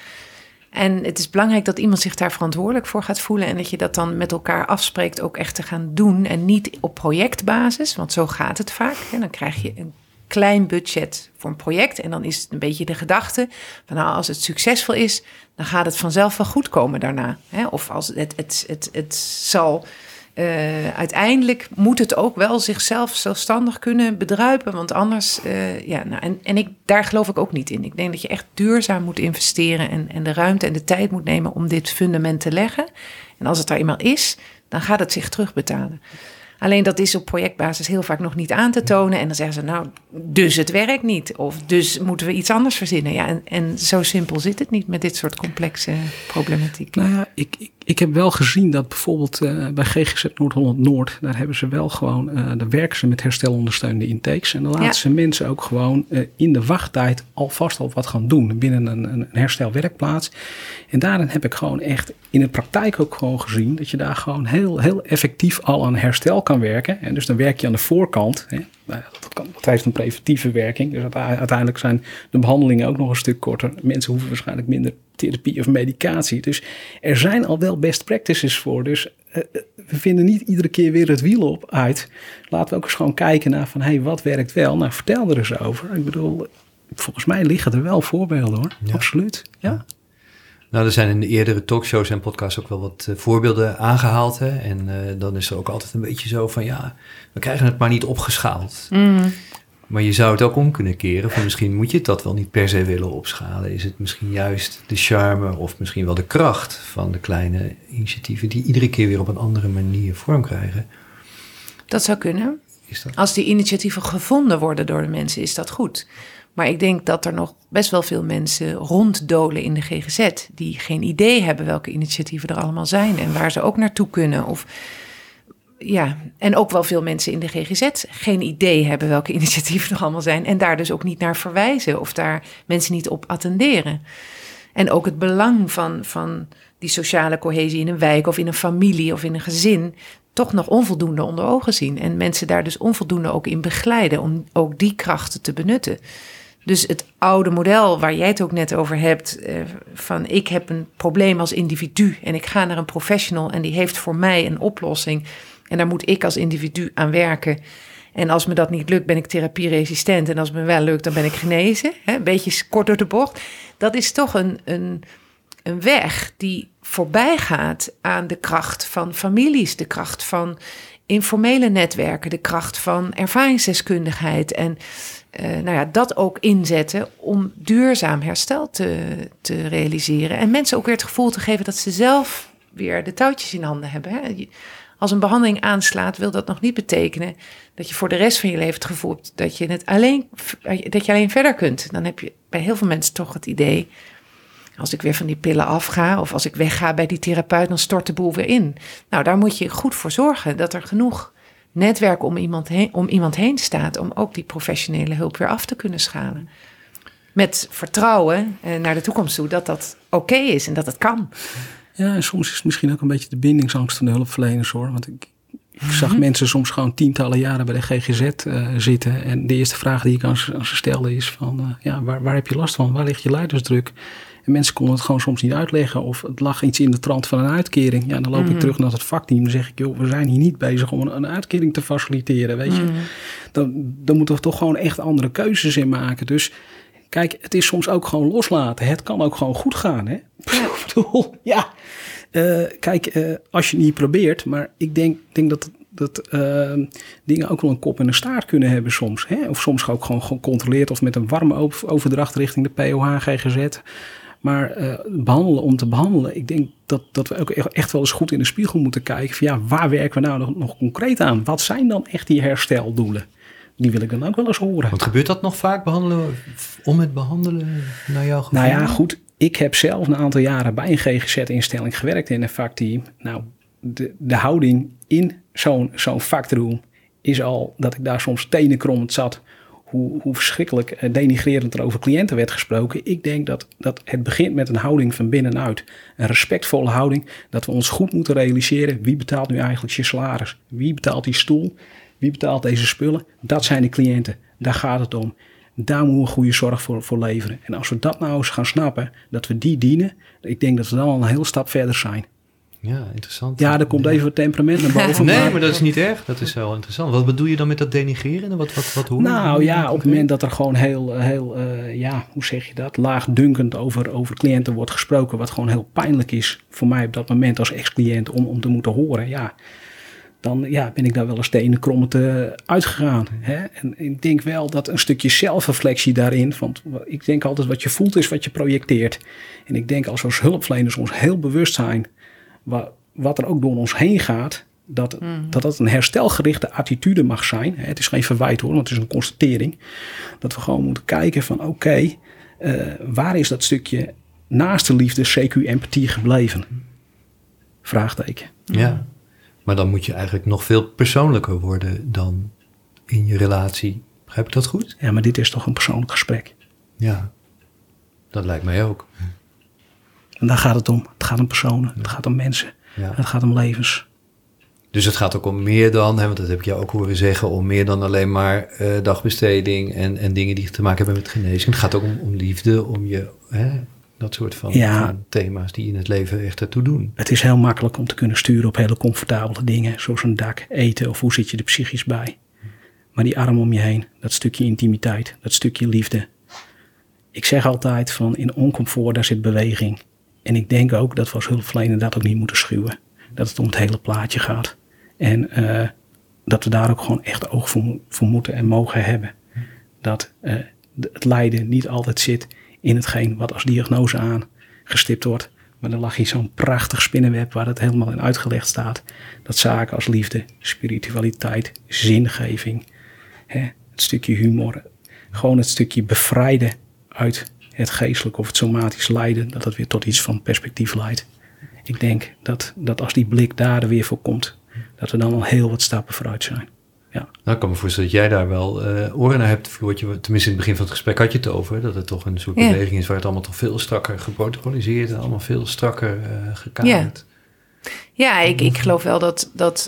En het is belangrijk dat iemand zich daar verantwoordelijk voor gaat voelen en dat je dat dan met elkaar afspreekt ook echt te gaan doen en niet op projectbasis, want zo gaat het vaak. Hè. Dan krijg je een klein budget voor een project en dan is het een beetje de gedachte van nou, als het succesvol is, dan gaat het vanzelf wel goed komen daarna. Hè. Of als het, het, het, het zal... Uh, uiteindelijk moet het ook wel zichzelf zelfstandig kunnen bedruipen. Want anders, uh, ja, nou, en, en ik, daar geloof ik ook niet in. Ik denk dat je echt duurzaam moet investeren en, en de ruimte en de tijd moet nemen om dit fundament te leggen. En als het er eenmaal is, dan gaat het zich terugbetalen. Alleen dat is op projectbasis heel vaak nog niet aan te tonen. En dan zeggen ze, nou, dus het werkt niet. Of dus moeten we iets anders verzinnen. Ja, en, en zo simpel zit het niet met dit soort complexe problematiek. Nou ja, ik, ik, ik heb wel gezien dat bijvoorbeeld uh, bij G G Z Noord-Holland-Noord... daar hebben ze wel gewoon, uh, daar werken ze met herstelondersteunende intakes. En dan laten ja. ze mensen ook gewoon uh, in de wachttijd alvast al wat gaan doen. Binnen een, een herstelwerkplaats. En daarin heb ik gewoon echt in de praktijk ook gewoon gezien... dat je daar gewoon heel, heel effectief al aan herstel kan werken. En dus dan werk je aan de voorkant. Hè. Dat, kan, dat heeft een preventieve werking. Dus uiteindelijk zijn de behandelingen ook nog een stuk korter. Mensen hoeven waarschijnlijk minder therapie of medicatie. Dus er zijn al wel best practices voor. Dus uh, we vinden niet iedere keer weer het wiel op uit. Laten we ook eens gewoon kijken naar van, hé, hey, wat werkt wel? Nou, vertel er eens over. Ik bedoel, volgens mij liggen er wel voorbeelden hoor. Ja. Absoluut, ja. ja. Nou, er zijn in de eerdere talkshows en podcasts ook wel wat uh, voorbeelden aangehaald. Hè? En uh, dan is er ook altijd een beetje zo van, ja, we krijgen het maar niet opgeschaald. Mm. Maar je zou het ook om kunnen keren. Van misschien moet je dat wel niet per se willen opschalen. Is het misschien juist de charme of misschien wel de kracht van de kleine initiatieven die iedere keer weer op een andere manier vorm krijgen? Dat zou kunnen. Is dat? Als die initiatieven gevonden worden door de mensen, is dat goed. Maar ik denk dat er nog best wel veel mensen ronddolen in de G G Z... die geen idee hebben welke initiatieven er allemaal zijn... en waar ze ook naartoe kunnen. Of ja, en ook wel veel mensen in de G G Z geen idee hebben welke initiatieven er allemaal zijn. En daar dus ook niet naar verwijzen of daar mensen niet op attenderen. En ook het belang van, van die sociale cohesie in een wijk of in een familie of in een gezin toch nog onvoldoende onder ogen zien. En mensen daar dus onvoldoende ook in begeleiden om ook die krachten te benutten. Dus het oude model waar jij het ook net over hebt, uh, van ik heb een probleem als individu en ik ga naar een professional en die heeft voor mij een oplossing. En daar moet ik als individu aan werken. En als me dat niet lukt, ben ik therapieresistent. En als het me wel lukt, dan ben ik genezen. Hè? Een beetje kort door de bocht. Dat is toch een, een, een weg die voorbij gaat aan de kracht van families. De kracht van informele netwerken. De kracht van ervaringsdeskundigheid. En uh, nou ja, dat ook inzetten om duurzaam herstel te, te realiseren. En mensen ook weer het gevoel te geven dat ze zelf weer de touwtjes in handen hebben. Hè? Als een behandeling aanslaat, wil dat nog niet betekenen dat je voor de rest van je leven het gevoel hebt dat je het alleen, dat je alleen verder kunt. Dan heb je bij heel veel mensen toch het idee, als ik weer van die pillen afga of als ik wegga bij die therapeut, dan stort de boel weer in. Nou, daar moet je goed voor zorgen dat er genoeg netwerk om iemand heen, om iemand heen staat om ook die professionele hulp weer af te kunnen schalen. Met vertrouwen eh, naar de toekomst toe dat dat oké is en dat het kan. Ja, en soms is het misschien ook een beetje de bindingsangst van de hulpverleners, hoor. Want ik, ik zag mm-hmm. mensen soms gewoon tientallen jaren bij de G G Z uh, zitten. En de eerste vraag die ik aan ze, aan ze stelde is van, uh, ja, waar, waar heb je last van? Waar ligt je leidersdruk? En mensen konden het gewoon soms niet uitleggen. Of het lag iets in de trant van een uitkering. Ja, dan loop mm-hmm. ik terug naar het vakteam. Dan zeg ik, joh, we zijn hier niet bezig om een, een uitkering te faciliteren, weet je. Mm-hmm. Dan, dan moeten we toch gewoon echt andere keuzes in maken. Dus kijk, het is soms ook gewoon loslaten. Het kan ook gewoon goed gaan, hè. Ja. Ik bedoel, ja. Uh, kijk, uh, als je het niet probeert, maar ik denk, denk dat, dat uh, dingen ook wel een kop en een staart kunnen hebben soms. Hè? Of soms ook gewoon gecontroleerd of met een warme overdracht richting de P O H, G G Z. Maar uh, behandelen om te behandelen, ik denk dat, dat we ook echt wel eens goed in de spiegel moeten kijken. Van ja, waar werken we nou nog, nog concreet aan? Wat zijn dan echt die hersteldoelen? Die wil ik dan ook wel eens horen. Want gebeurt dat nog vaak, behandelen, om het behandelen naar jouw gevoel? Nou ja, goed. Ik heb zelf een aantal jaren bij een G G Z-instelling gewerkt in een vakteam. Nou, de, de houding in zo'n, zo'n vakroom is al dat ik daar soms tenenkrommend zat. Hoe, hoe verschrikkelijk denigrerend er over cliënten werd gesproken. Ik denk dat, dat het begint met een houding van binnenuit. Een respectvolle houding. Dat we ons goed moeten realiseren. Wie betaalt nu eigenlijk je salaris? Wie betaalt die stoel? Wie betaalt deze spullen? Dat zijn de cliënten. Daar gaat het om. Daar moeten we goede zorg voor, voor leveren. En als we dat nou eens gaan snappen, dat we die dienen, ik denk dat we dan al een heel stap verder zijn. Ja, interessant. Ja, er komt even wat temperament naar boven. Nee, maar, maar dat is niet erg. Dat is wel interessant. Wat bedoel je dan met dat denigreren? Wat, wat, wat, hoe, nou ja, op het moment dat er gewoon heel, heel uh, ja, hoe zeg je dat, laagdunkend over, over cliënten wordt gesproken, wat gewoon heel pijnlijk is voor mij op dat moment als ex-cliënt om, om te moeten horen, ja. Dan ja, ben ik daar wel eens tenenkrommend uh, uitgegaan. Hè? En ik denk wel dat een stukje zelfreflectie daarin, want ik denk altijd wat je voelt is wat je projecteert. En ik denk als we als hulpverleners ons heel bewust zijn wat, wat er ook door ons heen gaat, dat, mm. dat dat een herstelgerichte attitude mag zijn. Het is geen verwijt hoor, want het is een constatering. Dat we gewoon moeten kijken van oké, okay, uh, waar is dat stukje naaste liefde, C Q, empathie gebleven? Vraagteken. Ja. Maar dan moet je eigenlijk nog veel persoonlijker worden dan in je relatie. Begrijp ik dat goed? Ja, maar dit is toch een persoonlijk gesprek. Ja, dat lijkt mij ook. En daar gaat het om. Het gaat om personen. Het gaat om mensen. Ja. Het gaat om levens. Dus het gaat ook om meer dan, hè, want dat heb ik jou ook horen zeggen, om meer dan alleen maar uh, dagbesteding en, en dingen die te maken hebben met genezing. Het gaat ook om, om liefde, om je... Hè, dat soort van, ja, van thema's die in het leven echt ertoe doen. Het is heel makkelijk om te kunnen sturen op hele comfortabele dingen. Zoals een dak, eten of hoe zit je er psychisch bij. Maar die arm om je heen, dat stukje intimiteit, dat stukje liefde. Ik zeg altijd van in oncomfort daar zit beweging. En ik denk ook dat we als hulpverlener dat ook niet moeten schuwen. Dat het om het hele plaatje gaat. En uh, dat we daar ook gewoon echt oog voor, voor moeten en mogen hebben. Dat uh, het lijden niet altijd zit in hetgeen wat als diagnose aangestipt wordt. Maar er lag hier zo'n prachtig spinnenweb waar het helemaal in uitgelegd staat. Dat zaken als liefde, spiritualiteit, zingeving, hè, het stukje humor, gewoon het stukje bevrijden uit het geestelijk of het somatisch lijden, dat het weer tot iets van perspectief leidt. Ik denk dat, dat als die blik daar weer voor komt, dat dat we dan al heel wat stappen vooruit zijn. Ja. Nou, ik kan me voorstellen dat jij daar wel uh, oren naar hebt. Floortje, tenminste in het begin van het gesprek had je het over. Dat het toch een soort ja. beweging is waar het allemaal toch veel strakker geprotocoliseerd en allemaal veel strakker uh, gekaderd. Ja, ja ik, ik geloof wel dat, dat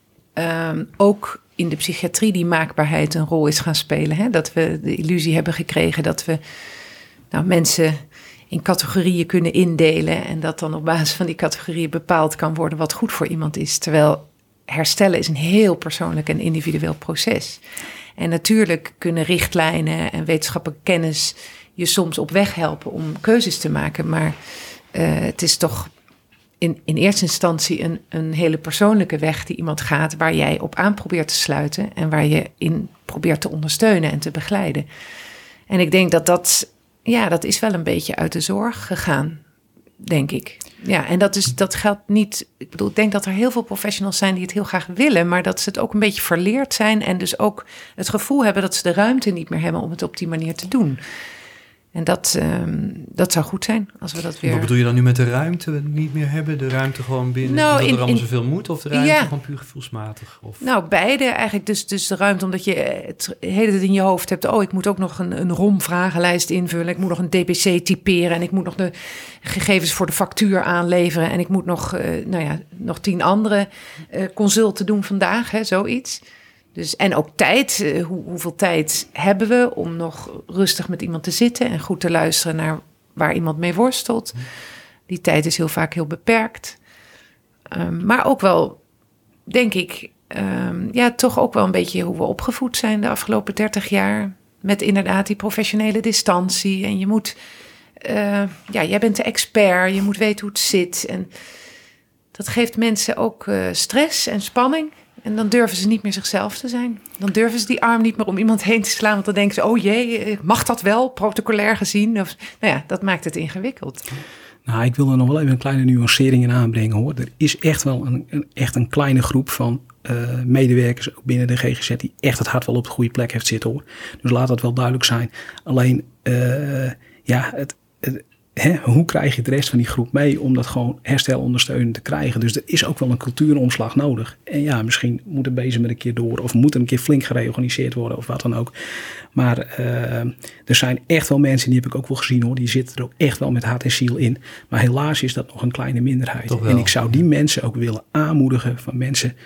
um, ook in de psychiatrie die maakbaarheid een rol is gaan spelen. Hè? Dat we de illusie hebben gekregen dat we nou, mensen in categorieën kunnen indelen. En dat dan op basis van die categorieën bepaald kan worden wat goed voor iemand is. Terwijl herstellen is een heel persoonlijk en individueel proces. En natuurlijk kunnen richtlijnen en wetenschappelijke kennis je soms op weg helpen om keuzes te maken. Maar uh, het is toch in, in eerste instantie een, een hele persoonlijke weg die iemand gaat, waar jij op aan probeert te sluiten en waar je in probeert te ondersteunen en te begeleiden. En ik denk dat dat, ja, dat is wel een beetje uit de zorg gegaan, denk ik. Ja, en dat, is, dat geldt niet. Ik bedoel, ik denk dat er heel veel professionals zijn die het heel graag willen, maar dat ze het ook een beetje verleerd zijn en dus ook het gevoel hebben dat ze de ruimte niet meer hebben om het op die manier te doen. En dat, um, dat zou goed zijn als we dat weer... Wat bedoel je dan nu met de ruimte niet meer hebben? De ruimte gewoon binnen, nou, dat in, er allemaal in, zoveel moet? Of de ruimte ja. gewoon puur gevoelsmatig? Of? Nou, beide eigenlijk. Dus, dus de ruimte omdat je het hele tijd in je hoofd hebt. Oh, ik moet ook nog een, een R O M-vragenlijst invullen. Ik moet nog een D B C typeren. En ik moet nog de gegevens voor de factuur aanleveren. En ik moet nog, uh, nou ja, nog tien andere uh, consulten doen vandaag. Hè, zoiets. Dus, en ook tijd. Uh, hoe, hoeveel tijd hebben we om nog rustig met iemand te zitten en goed te luisteren naar waar iemand mee worstelt. Die tijd is heel vaak heel beperkt. Um, maar ook wel, denk ik, um, ja, toch ook wel een beetje hoe we opgevoed zijn de afgelopen dertig jaar. Met inderdaad die professionele distantie. En je moet, uh, ja, jij bent de expert. Je moet weten hoe het zit. En dat geeft mensen ook uh, stress en spanning. En dan durven ze niet meer zichzelf te zijn. Dan durven ze die arm niet meer om iemand heen te slaan. Want dan denken ze, oh jee, mag dat wel, protocolair gezien? Of, nou ja, dat maakt het ingewikkeld. Nou, ik wil er nog wel even een kleine nuancering in aanbrengen, hoor. Er is echt wel een, een, echt een kleine groep van uh, medewerkers binnen de G G Z... die echt het hart wel op de goede plek heeft zitten, hoor. Dus laat dat wel duidelijk zijn. Alleen, uh, ja, het... het He, hoe krijg je de rest van die groep mee om dat gewoon herstelondersteunend te krijgen? Dus er is ook wel een cultuuromslag nodig. En ja, misschien moet een bezem er een keer door of moet er een keer flink gereorganiseerd worden of wat dan ook. Maar uh, er zijn echt wel mensen, die heb ik ook wel gezien, hoor, die zitten er ook echt wel met hart en ziel in. Maar helaas is dat nog een kleine minderheid. En ik zou die mensen ook willen aanmoedigen van mensen,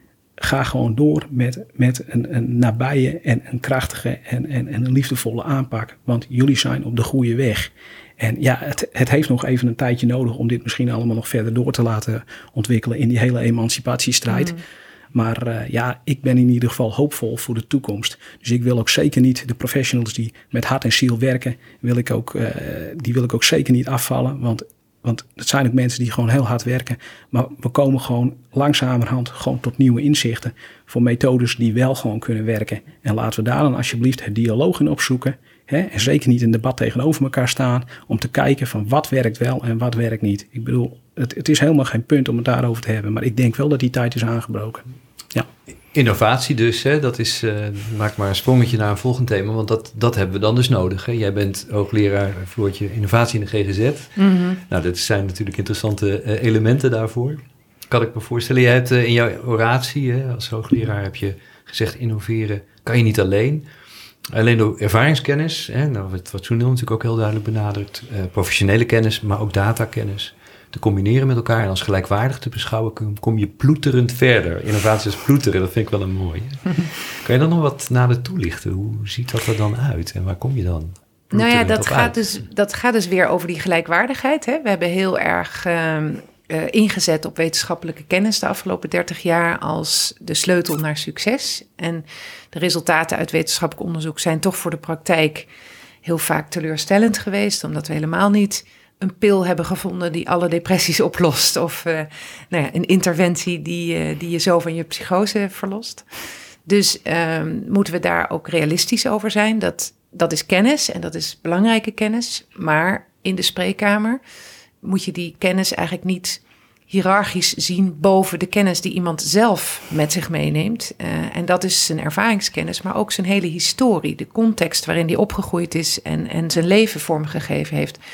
ga gewoon door met, met een, een nabije en een krachtige en, en, en een liefdevolle aanpak. Want jullie zijn op de goede weg. En ja, het, het heeft nog even een tijdje nodig om dit misschien allemaal nog verder door te laten ontwikkelen in die hele emancipatiestrijd. Mm. Maar uh, ja, ik ben in ieder geval hoopvol voor de toekomst. Dus ik wil ook zeker niet de professionals die met hart en ziel werken, wil ik ook, uh, die wil ik ook zeker niet afvallen. Want, want het zijn ook mensen die gewoon heel hard werken. Maar we komen gewoon langzamerhand gewoon tot nieuwe inzichten voor methodes die wel gewoon kunnen werken. En laten we daar dan alsjeblieft het dialoog in opzoeken. Hè? En zeker niet in debat tegenover elkaar staan om te kijken van wat werkt wel en wat werkt niet. Ik bedoel, het, het is helemaal geen punt om het daarover te hebben. Maar ik denk wel dat die tijd is aangebroken. Ja. Innovatie dus, hè? Dat is, uh, maak maar een sprongetje naar een volgend thema, want dat, dat hebben we dan dus nodig. Hè? Jij bent hoogleraar, Floortje, innovatie in de G G Z. Mm-hmm. Nou, dat zijn natuurlijk interessante uh, elementen daarvoor. Kan ik me voorstellen. Jij hebt uh, in jouw oratie, hè, als hoogleraar heb je gezegd, innoveren kan je niet alleen. Alleen door ervaringskennis, hè, nou, wat, wat Sunil natuurlijk ook heel duidelijk benadrukt, uh, professionele kennis, maar ook datakennis, te combineren met elkaar en als gelijkwaardig te beschouwen, kom, kom je ploeterend verder. Innovatie is ploeteren, dat vind ik wel een mooie. Kan je dan nog wat nader toelichten? Hoe ziet dat er dan uit en waar kom je dan? Nou ja, dat gaat, dus, dat gaat dus weer over die gelijkwaardigheid. Hè? We hebben heel erg uh, uh, ingezet op wetenschappelijke kennis de afgelopen dertig jaar als de sleutel naar succes. En de resultaten uit wetenschappelijk onderzoek zijn toch voor de praktijk heel vaak teleurstellend geweest, omdat we helemaal niet een pil hebben gevonden die alle depressies oplost of uh, nou ja, een interventie die, uh, die je zo van je psychose verlost. Dus uh, moeten we daar ook realistisch over zijn. Dat, dat is kennis en dat is belangrijke kennis, maar in de spreekkamer moet je die kennis eigenlijk niet hiërarchisch zien boven de kennis die iemand zelf met zich meeneemt. Uh, en dat is zijn ervaringskennis, maar ook zijn hele historie, de context waarin hij opgegroeid is en, en zijn leven vormgegeven heeft.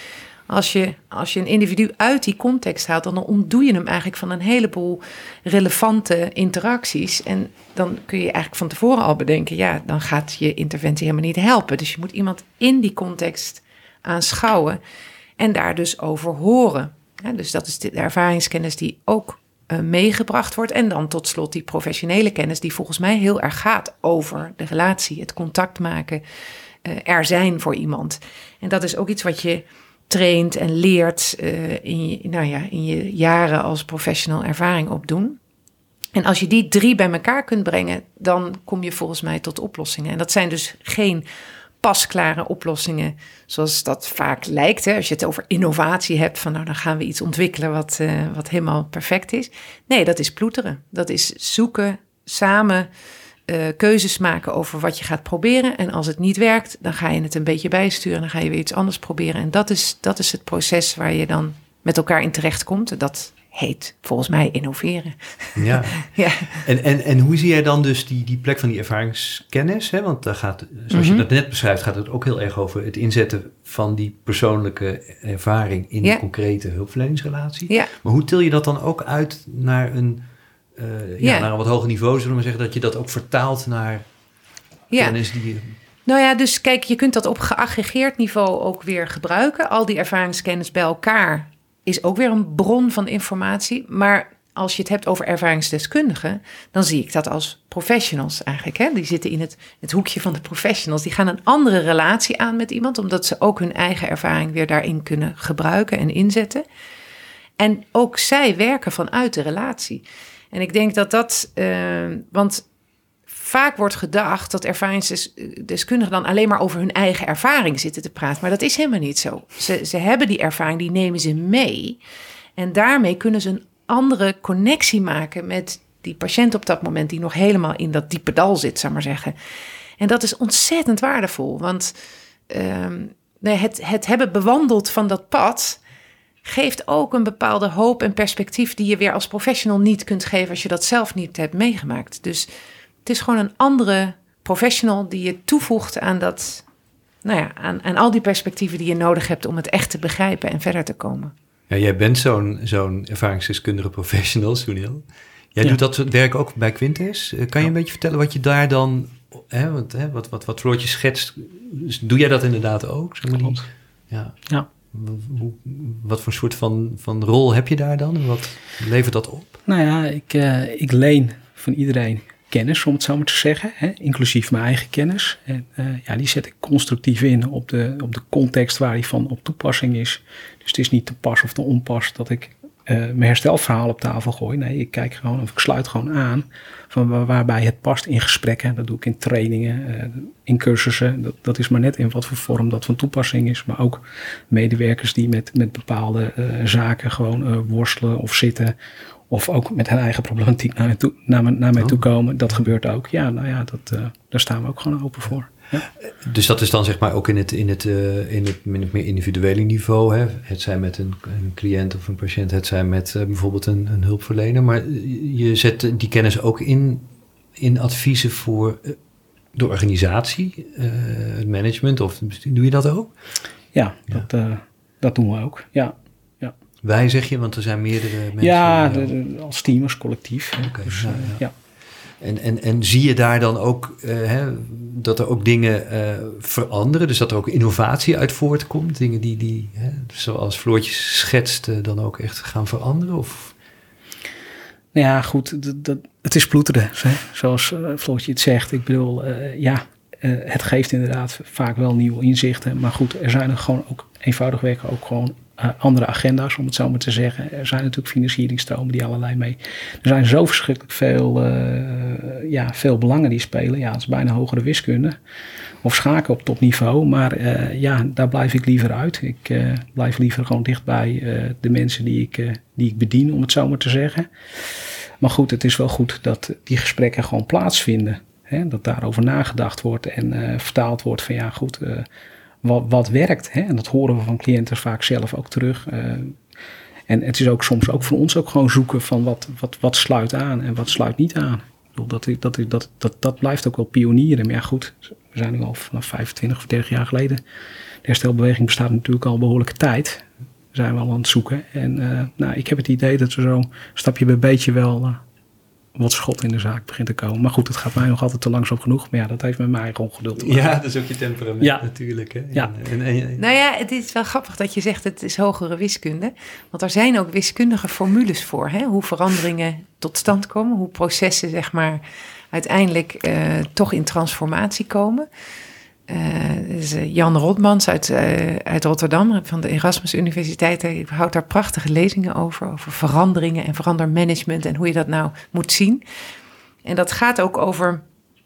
Als je, als je een individu uit die context haalt, dan ontdoe je hem eigenlijk van een heleboel relevante interacties. En dan kun je eigenlijk van tevoren al bedenken, ja, dan gaat je interventie helemaal niet helpen. Dus je moet iemand in die context aanschouwen en daar dus over horen. Ja, dus dat is de ervaringskennis die ook uh, meegebracht wordt. En dan tot slot die professionele kennis die volgens mij heel erg gaat over de relatie, het contact maken, uh, er zijn voor iemand. En dat is ook iets wat je traint en leert uh, in, je, nou ja, in je jaren als professional ervaring opdoen. En als je die drie bij elkaar kunt brengen, dan kom je volgens mij tot oplossingen. En dat zijn dus geen pasklare oplossingen zoals dat vaak lijkt. Hè? Als je het over innovatie hebt, van nou dan gaan we iets ontwikkelen wat, uh, wat helemaal perfect is. Nee, dat is ploeteren. Dat is zoeken, samen uh, keuzes maken over wat je gaat proberen. En als het niet werkt, dan ga je het een beetje bijsturen. Dan ga je weer iets anders proberen. En dat is, dat is het proces waar je dan met elkaar in terechtkomt. Dat heet volgens mij innoveren. Ja, ja. En, en, en hoe zie jij dan dus die, die plek van die ervaringskennis? Hè? Want daar gaat, zoals Mm-hmm. je dat net beschrijft, gaat het ook heel erg over het inzetten van die persoonlijke ervaring in Ja. een concrete hulpverleningsrelatie. Ja. Maar hoe til je dat dan ook uit naar een, uh, ja, Ja. naar een wat hoger niveau, zullen we maar zeggen, dat je dat ook vertaalt naar Ja. kennis die je... Nou ja, dus kijk, je kunt dat op geaggregeerd niveau ook weer gebruiken. Al die ervaringskennis bij elkaar is ook weer een bron van informatie. Maar als je het hebt over ervaringsdeskundigen, dan zie ik dat als professionals eigenlijk. Hè? Die zitten in het, het hoekje van de professionals. Die gaan een andere relatie aan met iemand, omdat ze ook hun eigen ervaring weer daarin kunnen gebruiken en inzetten. En ook zij werken vanuit de relatie. En ik denk dat dat, uh, want vaak wordt gedacht dat ervaringsdeskundigen dan alleen maar over hun eigen ervaring zitten te praten. Maar dat is helemaal niet zo. Ze, ze hebben die ervaring, die nemen ze mee. En daarmee kunnen ze een andere connectie maken met die patiënt op dat moment die nog helemaal in dat diepe dal zit, zou maar zeggen. En dat is ontzettend waardevol. Want um, het, het hebben bewandeld van dat pad geeft ook een bepaalde hoop en perspectief die je weer als professional niet kunt geven als je dat zelf niet hebt meegemaakt. Dus het is gewoon een andere professional die je toevoegt aan dat, nou ja, aan, aan al die perspectieven die je nodig hebt om het echt te begrijpen en verder te komen. Ja, jij bent zo'n, zo'n ervaringsdeskundige professional, Sunil. Jij Ja. doet dat soort werk ook bij Quintes. Kan je Ja. een beetje vertellen wat je daar dan, hè, want, hè, wat, wat, wat Floortje schetst, doe jij dat inderdaad ook? Zeg maar die, Klopt. ja. Ja. Hoe, wat voor soort van, van rol heb je daar dan? En wat levert dat op? Nou ja, ik, uh, ik leen van iedereen kennis, om het zo maar te zeggen. Hè, inclusief mijn eigen kennis. En uh, ja, die zet ik constructief in op de, op de context waar die van op toepassing is. Dus het is niet te pas of te onpas dat ik uh, mijn herstelverhaal op tafel gooi. Nee, ik kijk gewoon of ik sluit gewoon aan van waar, waarbij het past in gesprekken. Dat doe ik in trainingen, uh, in cursussen. Dat, dat is maar net in wat voor vorm dat van toepassing is. Maar ook medewerkers die met, met bepaalde uh, zaken gewoon uh, worstelen of zitten. Of ook met hun eigen problematiek naar mij toe, naar me, naar mij oh. toe komen. Dat gebeurt ook. Ja, nou ja, dat, uh, daar staan we ook gewoon open voor. Ja. Dus dat is dan zeg maar ook in het, in het, uh, in het min of meer individuele niveau. Hè? Het zijn met een, een cliënt of een patiënt, het zijn met uh, bijvoorbeeld een, een hulpverlener. Maar je zet die kennis ook in, in adviezen voor uh, de organisatie, uh, het management of het bestuur. Doe je dat ook? Ja, Ja. Dat, uh, dat doen we ook. Ja. Wij zeg je, want er zijn meerdere mensen. Ja, uh, de, de, als team, als collectief. Okay, dus, ja, uh, ja. ja. En, en, en zie je daar dan ook uh, hè, dat er ook dingen uh, veranderen? Dus dat er ook innovatie uit voortkomt? Dingen die, die hè, zoals Floortje schetst, uh, dan ook echt gaan veranderen? Of? Nou ja, goed. Dat, dat, het is ploeteren, hè? Zoals uh, Floortje het zegt. Ik bedoel, uh, ja, uh, het geeft inderdaad vaak wel nieuwe inzichten. Maar goed, er zijn er gewoon ook eenvoudigweg ook gewoon Uh, andere agenda's, om het zo maar te zeggen. Er zijn natuurlijk financieringstromen die allerlei mee. Er zijn zo verschrikkelijk veel, uh, ja, veel belangen die spelen. Ja, het is bijna hogere wiskunde. Of schaken op topniveau. Maar uh, ja, daar blijf ik liever uit. Ik uh, blijf liever gewoon dicht bij uh, de mensen die ik, uh, die ik bedien, om het zo maar te zeggen. Maar goed, het is wel goed dat die gesprekken gewoon plaatsvinden. Hè? Dat daarover nagedacht wordt en uh, vertaald wordt van ja, goed. Uh, Wat, wat werkt. Hè? En dat horen we van cliënten vaak zelf ook terug. Uh, en het is ook soms ook voor ons ook gewoon zoeken van wat, wat, wat sluit aan en wat sluit niet aan. Ik bedoel, dat, dat, dat, dat, dat blijft ook wel pionieren. Maar ja goed, we zijn nu al vanaf vijfentwintig of dertig jaar geleden. De herstelbeweging bestaat natuurlijk al een behoorlijke tijd. zijn we al aan het zoeken. En uh, nou, ik heb het idee dat er zo stapje bij beetje wel uh, wat schot in de zaak begint te komen. Maar goed, het gaat mij nog altijd te langzaam genoeg. Maar ja, dat heeft met mijn eigen ongeduld te maken. Ja, dat is ook je temperament ja. natuurlijk. Hè? Ja. En, en, en, nou ja, het is wel grappig dat je zegt het is hogere wiskunde. Want er zijn ook wiskundige formules voor. Hè? Hoe veranderingen tot stand komen. Hoe processen zeg maar uiteindelijk uh, toch in transformatie komen. Uh, dus, uh, Jan Rotmans uit, uh, uit Rotterdam van de Erasmus Universiteit. Hij houdt daar prachtige lezingen over. Over veranderingen en verandermanagement en hoe je dat nou moet zien. En dat gaat ook over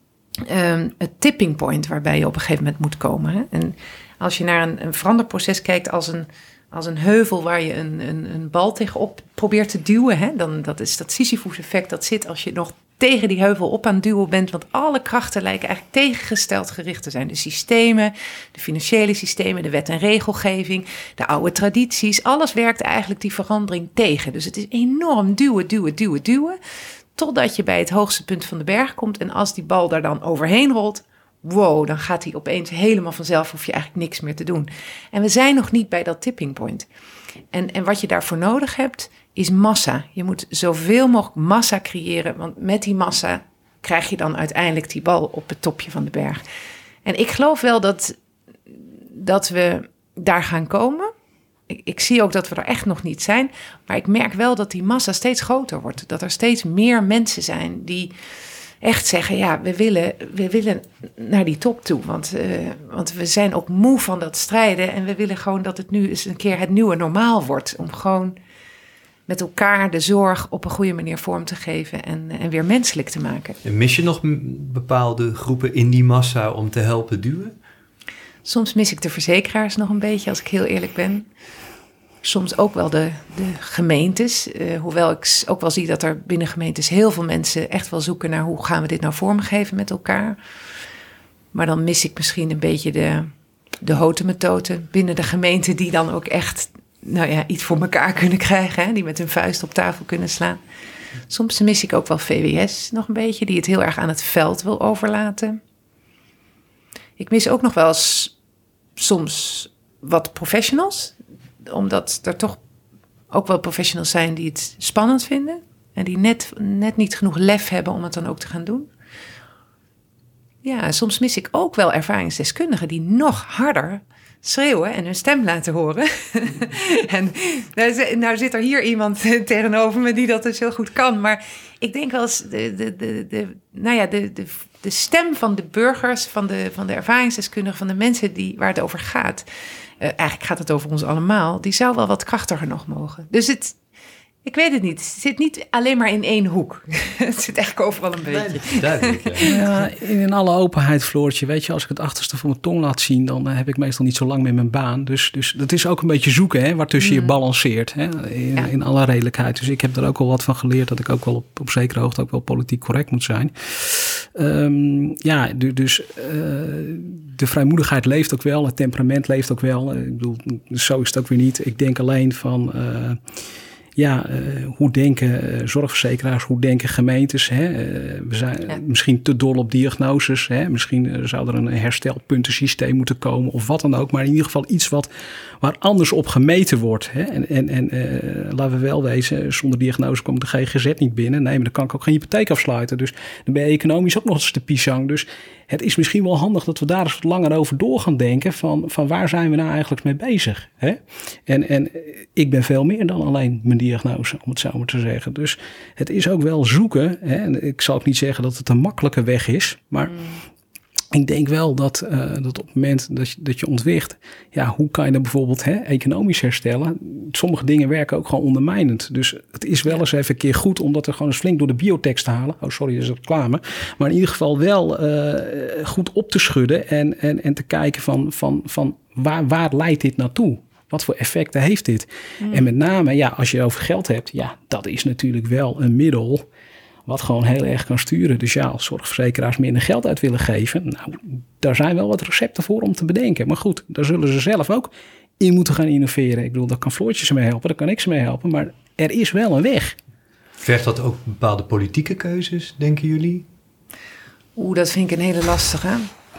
um, het tipping point waarbij je op een gegeven moment moet komen. Hè? En als je naar een, een veranderproces kijkt als een, als een heuvel waar je een, een, een bal tegenop probeert te duwen. Hè? Dan, dat is dat Sisyphus effect dat zit als je nog tegen die heuvel op aan het duwen bent. Want alle krachten lijken eigenlijk tegengesteld gericht te zijn. De systemen, de financiële systemen, de wet en regelgeving, de oude tradities. Alles werkt eigenlijk die verandering tegen. Dus het is enorm duwen, duwen, duwen, duwen. Totdat je bij het hoogste punt van de berg komt. En als die bal daar dan overheen rolt, wow, dan gaat hij opeens helemaal vanzelf. Hoef je eigenlijk niks meer te doen. En we zijn nog niet bij dat tipping point. En, en wat je daarvoor nodig hebt, is massa. Je moet zoveel mogelijk massa creëren. Want met die massa krijg je dan uiteindelijk die bal op het topje van de berg. En ik geloof wel dat, dat we daar gaan komen. Ik, ik zie ook dat we er echt nog niet zijn. Maar ik merk wel dat die massa steeds groter wordt. Dat er steeds meer mensen zijn die echt zeggen, ja, we willen, we willen naar die top toe. Want, uh, want we zijn ook moe van dat strijden. En we willen gewoon dat het nu eens een keer het nieuwe normaal wordt. Om gewoon met elkaar de zorg op een goede manier vorm te geven en, en weer menselijk te maken. En mis je nog bepaalde groepen in die massa om te helpen duwen? Soms mis ik de verzekeraars nog een beetje, als ik heel eerlijk ben. Soms ook wel de, de gemeentes. Uh, hoewel ik ook wel zie dat er binnen gemeentes heel veel mensen echt wel zoeken naar hoe gaan we dit nou vormgeven met elkaar. Maar dan mis ik misschien een beetje de, de hotemetoten binnen de gemeente die dan ook echt nou ja, iets voor elkaar kunnen krijgen. Hè? Die met hun vuist op tafel kunnen slaan. Soms mis ik ook wel V W S nog een beetje, die het heel erg aan het veld wil overlaten. Ik mis ook nog wel eens soms wat professionals. Omdat er toch ook wel professionals zijn die het spannend vinden. En die net, net niet genoeg lef hebben om het dan ook te gaan doen. Ja, soms mis ik ook wel ervaringsdeskundigen die nog harder schreeuwen en hun stem laten horen. En nou, nou zit er hier iemand tegenover me die dat dus heel goed kan. Maar ik denk wel eens, de, de, de, de, nou ja, de, de, de stem van de burgers, van de, van de ervaringsdeskundigen, van de mensen die, waar het over gaat. Uh, eigenlijk gaat het over ons allemaal. Die zou wel wat krachtiger nog mogen. Dus het, ik weet het niet. Het zit niet alleen maar in één hoek. Het zit eigenlijk overal een beetje. Nee, duidelijk, ja. Ja, in alle openheid, Floortje. Weet je, als ik het achterste van mijn tong laat zien, dan uh, heb ik meestal niet zo lang met mijn baan. Dus, dus dat is ook een beetje zoeken, hè, waartussen mm. je balanceert. Hè, in, ja. in alle redelijkheid. Dus ik heb er ook al wat van geleerd dat ik ook wel op, op zekere hoogte ook wel politiek correct moet zijn. Um, ja, dus uh, de vrijmoedigheid leeft ook wel. Het temperament leeft ook wel. Ik bedoel, zo is het ook weer niet. Ik denk alleen van Uh, Ja, uh, hoe denken uh, zorgverzekeraars, hoe denken gemeentes? Hè? Uh, we zijn ja. misschien te dol op diagnoses. Hè? Misschien uh, zou er een herstelpuntensysteem moeten komen of wat dan ook. Maar in ieder geval iets wat, waar anders op gemeten wordt. Hè? En, en, en uh, laten we wel wezen, zonder diagnose komt de G G Z niet binnen. Nee, maar dan kan ik ook geen hypotheek afsluiten. Dus dan ben je economisch ook nog eens te pisang. Dus het is misschien wel handig dat we daar eens wat langer over door gaan denken. Van, van waar zijn we nou eigenlijk mee bezig? Hè? En, en ik ben veel meer dan alleen mijn diagnose, om het zo maar te zeggen. Dus het is ook wel zoeken. Hè? En ik zal ook niet zeggen dat het een makkelijke weg is. Maar mm. ik denk wel dat, uh, dat op het moment dat je, dat je ontwicht, ja, hoe kan je dat bijvoorbeeld hè, economisch herstellen? Sommige dingen werken ook gewoon ondermijnend. Dus het is wel eens even een keer goed om dat er gewoon eens flink door de biotekst te halen. Oh, sorry, dat is reclame. Maar in ieder geval wel uh, goed op te schudden en, en, en te kijken van, van, van waar, waar leidt dit naartoe? Wat voor effecten heeft dit? Mm. En met name, ja, als je over geld hebt, ja, dat is natuurlijk wel een middel wat gewoon heel erg kan sturen. Dus ja, als zorgverzekeraars minder geld uit willen geven, nou, daar zijn wel wat recepten voor om te bedenken. Maar goed, daar zullen ze zelf ook in moeten gaan innoveren. Ik bedoel, daar kan Floortje ze mee helpen, daar kan ik ze mee helpen, maar er is wel een weg. Vergt dat ook bepaalde politieke keuzes, denken jullie? Oeh, dat vind ik een hele lastige.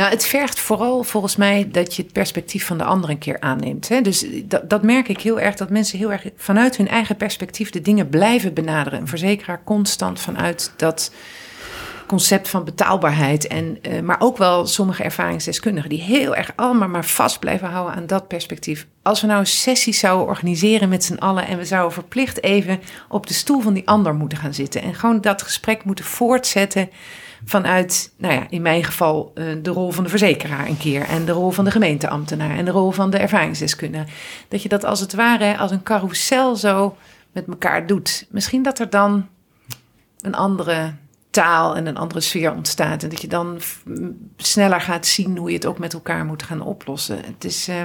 Nou, het vergt vooral volgens mij dat je het perspectief van de ander een keer aanneemt. Hè? Dus dat, dat merk ik heel erg, dat mensen heel erg vanuit hun eigen perspectief de dingen blijven benaderen. Een verzekeraar constant vanuit dat concept van betaalbaarheid. En, uh, maar ook wel sommige ervaringsdeskundigen die heel erg allemaal maar vast blijven houden aan dat perspectief. Als we nou een sessie zouden organiseren met z'n allen en we zouden verplicht even op de stoel van die ander moeten gaan zitten. En gewoon dat gesprek moeten voortzetten vanuit, nou ja, in mijn geval uh, de rol van de verzekeraar een keer. En de rol van de gemeenteambtenaar en de rol van de ervaringsdeskundige. Dat je dat als het ware als een carousel zo met elkaar doet. Misschien dat er dan een andere taal en een andere sfeer ontstaat. En dat je dan f- sneller gaat zien hoe je het ook met elkaar moet gaan oplossen. Het is, uh,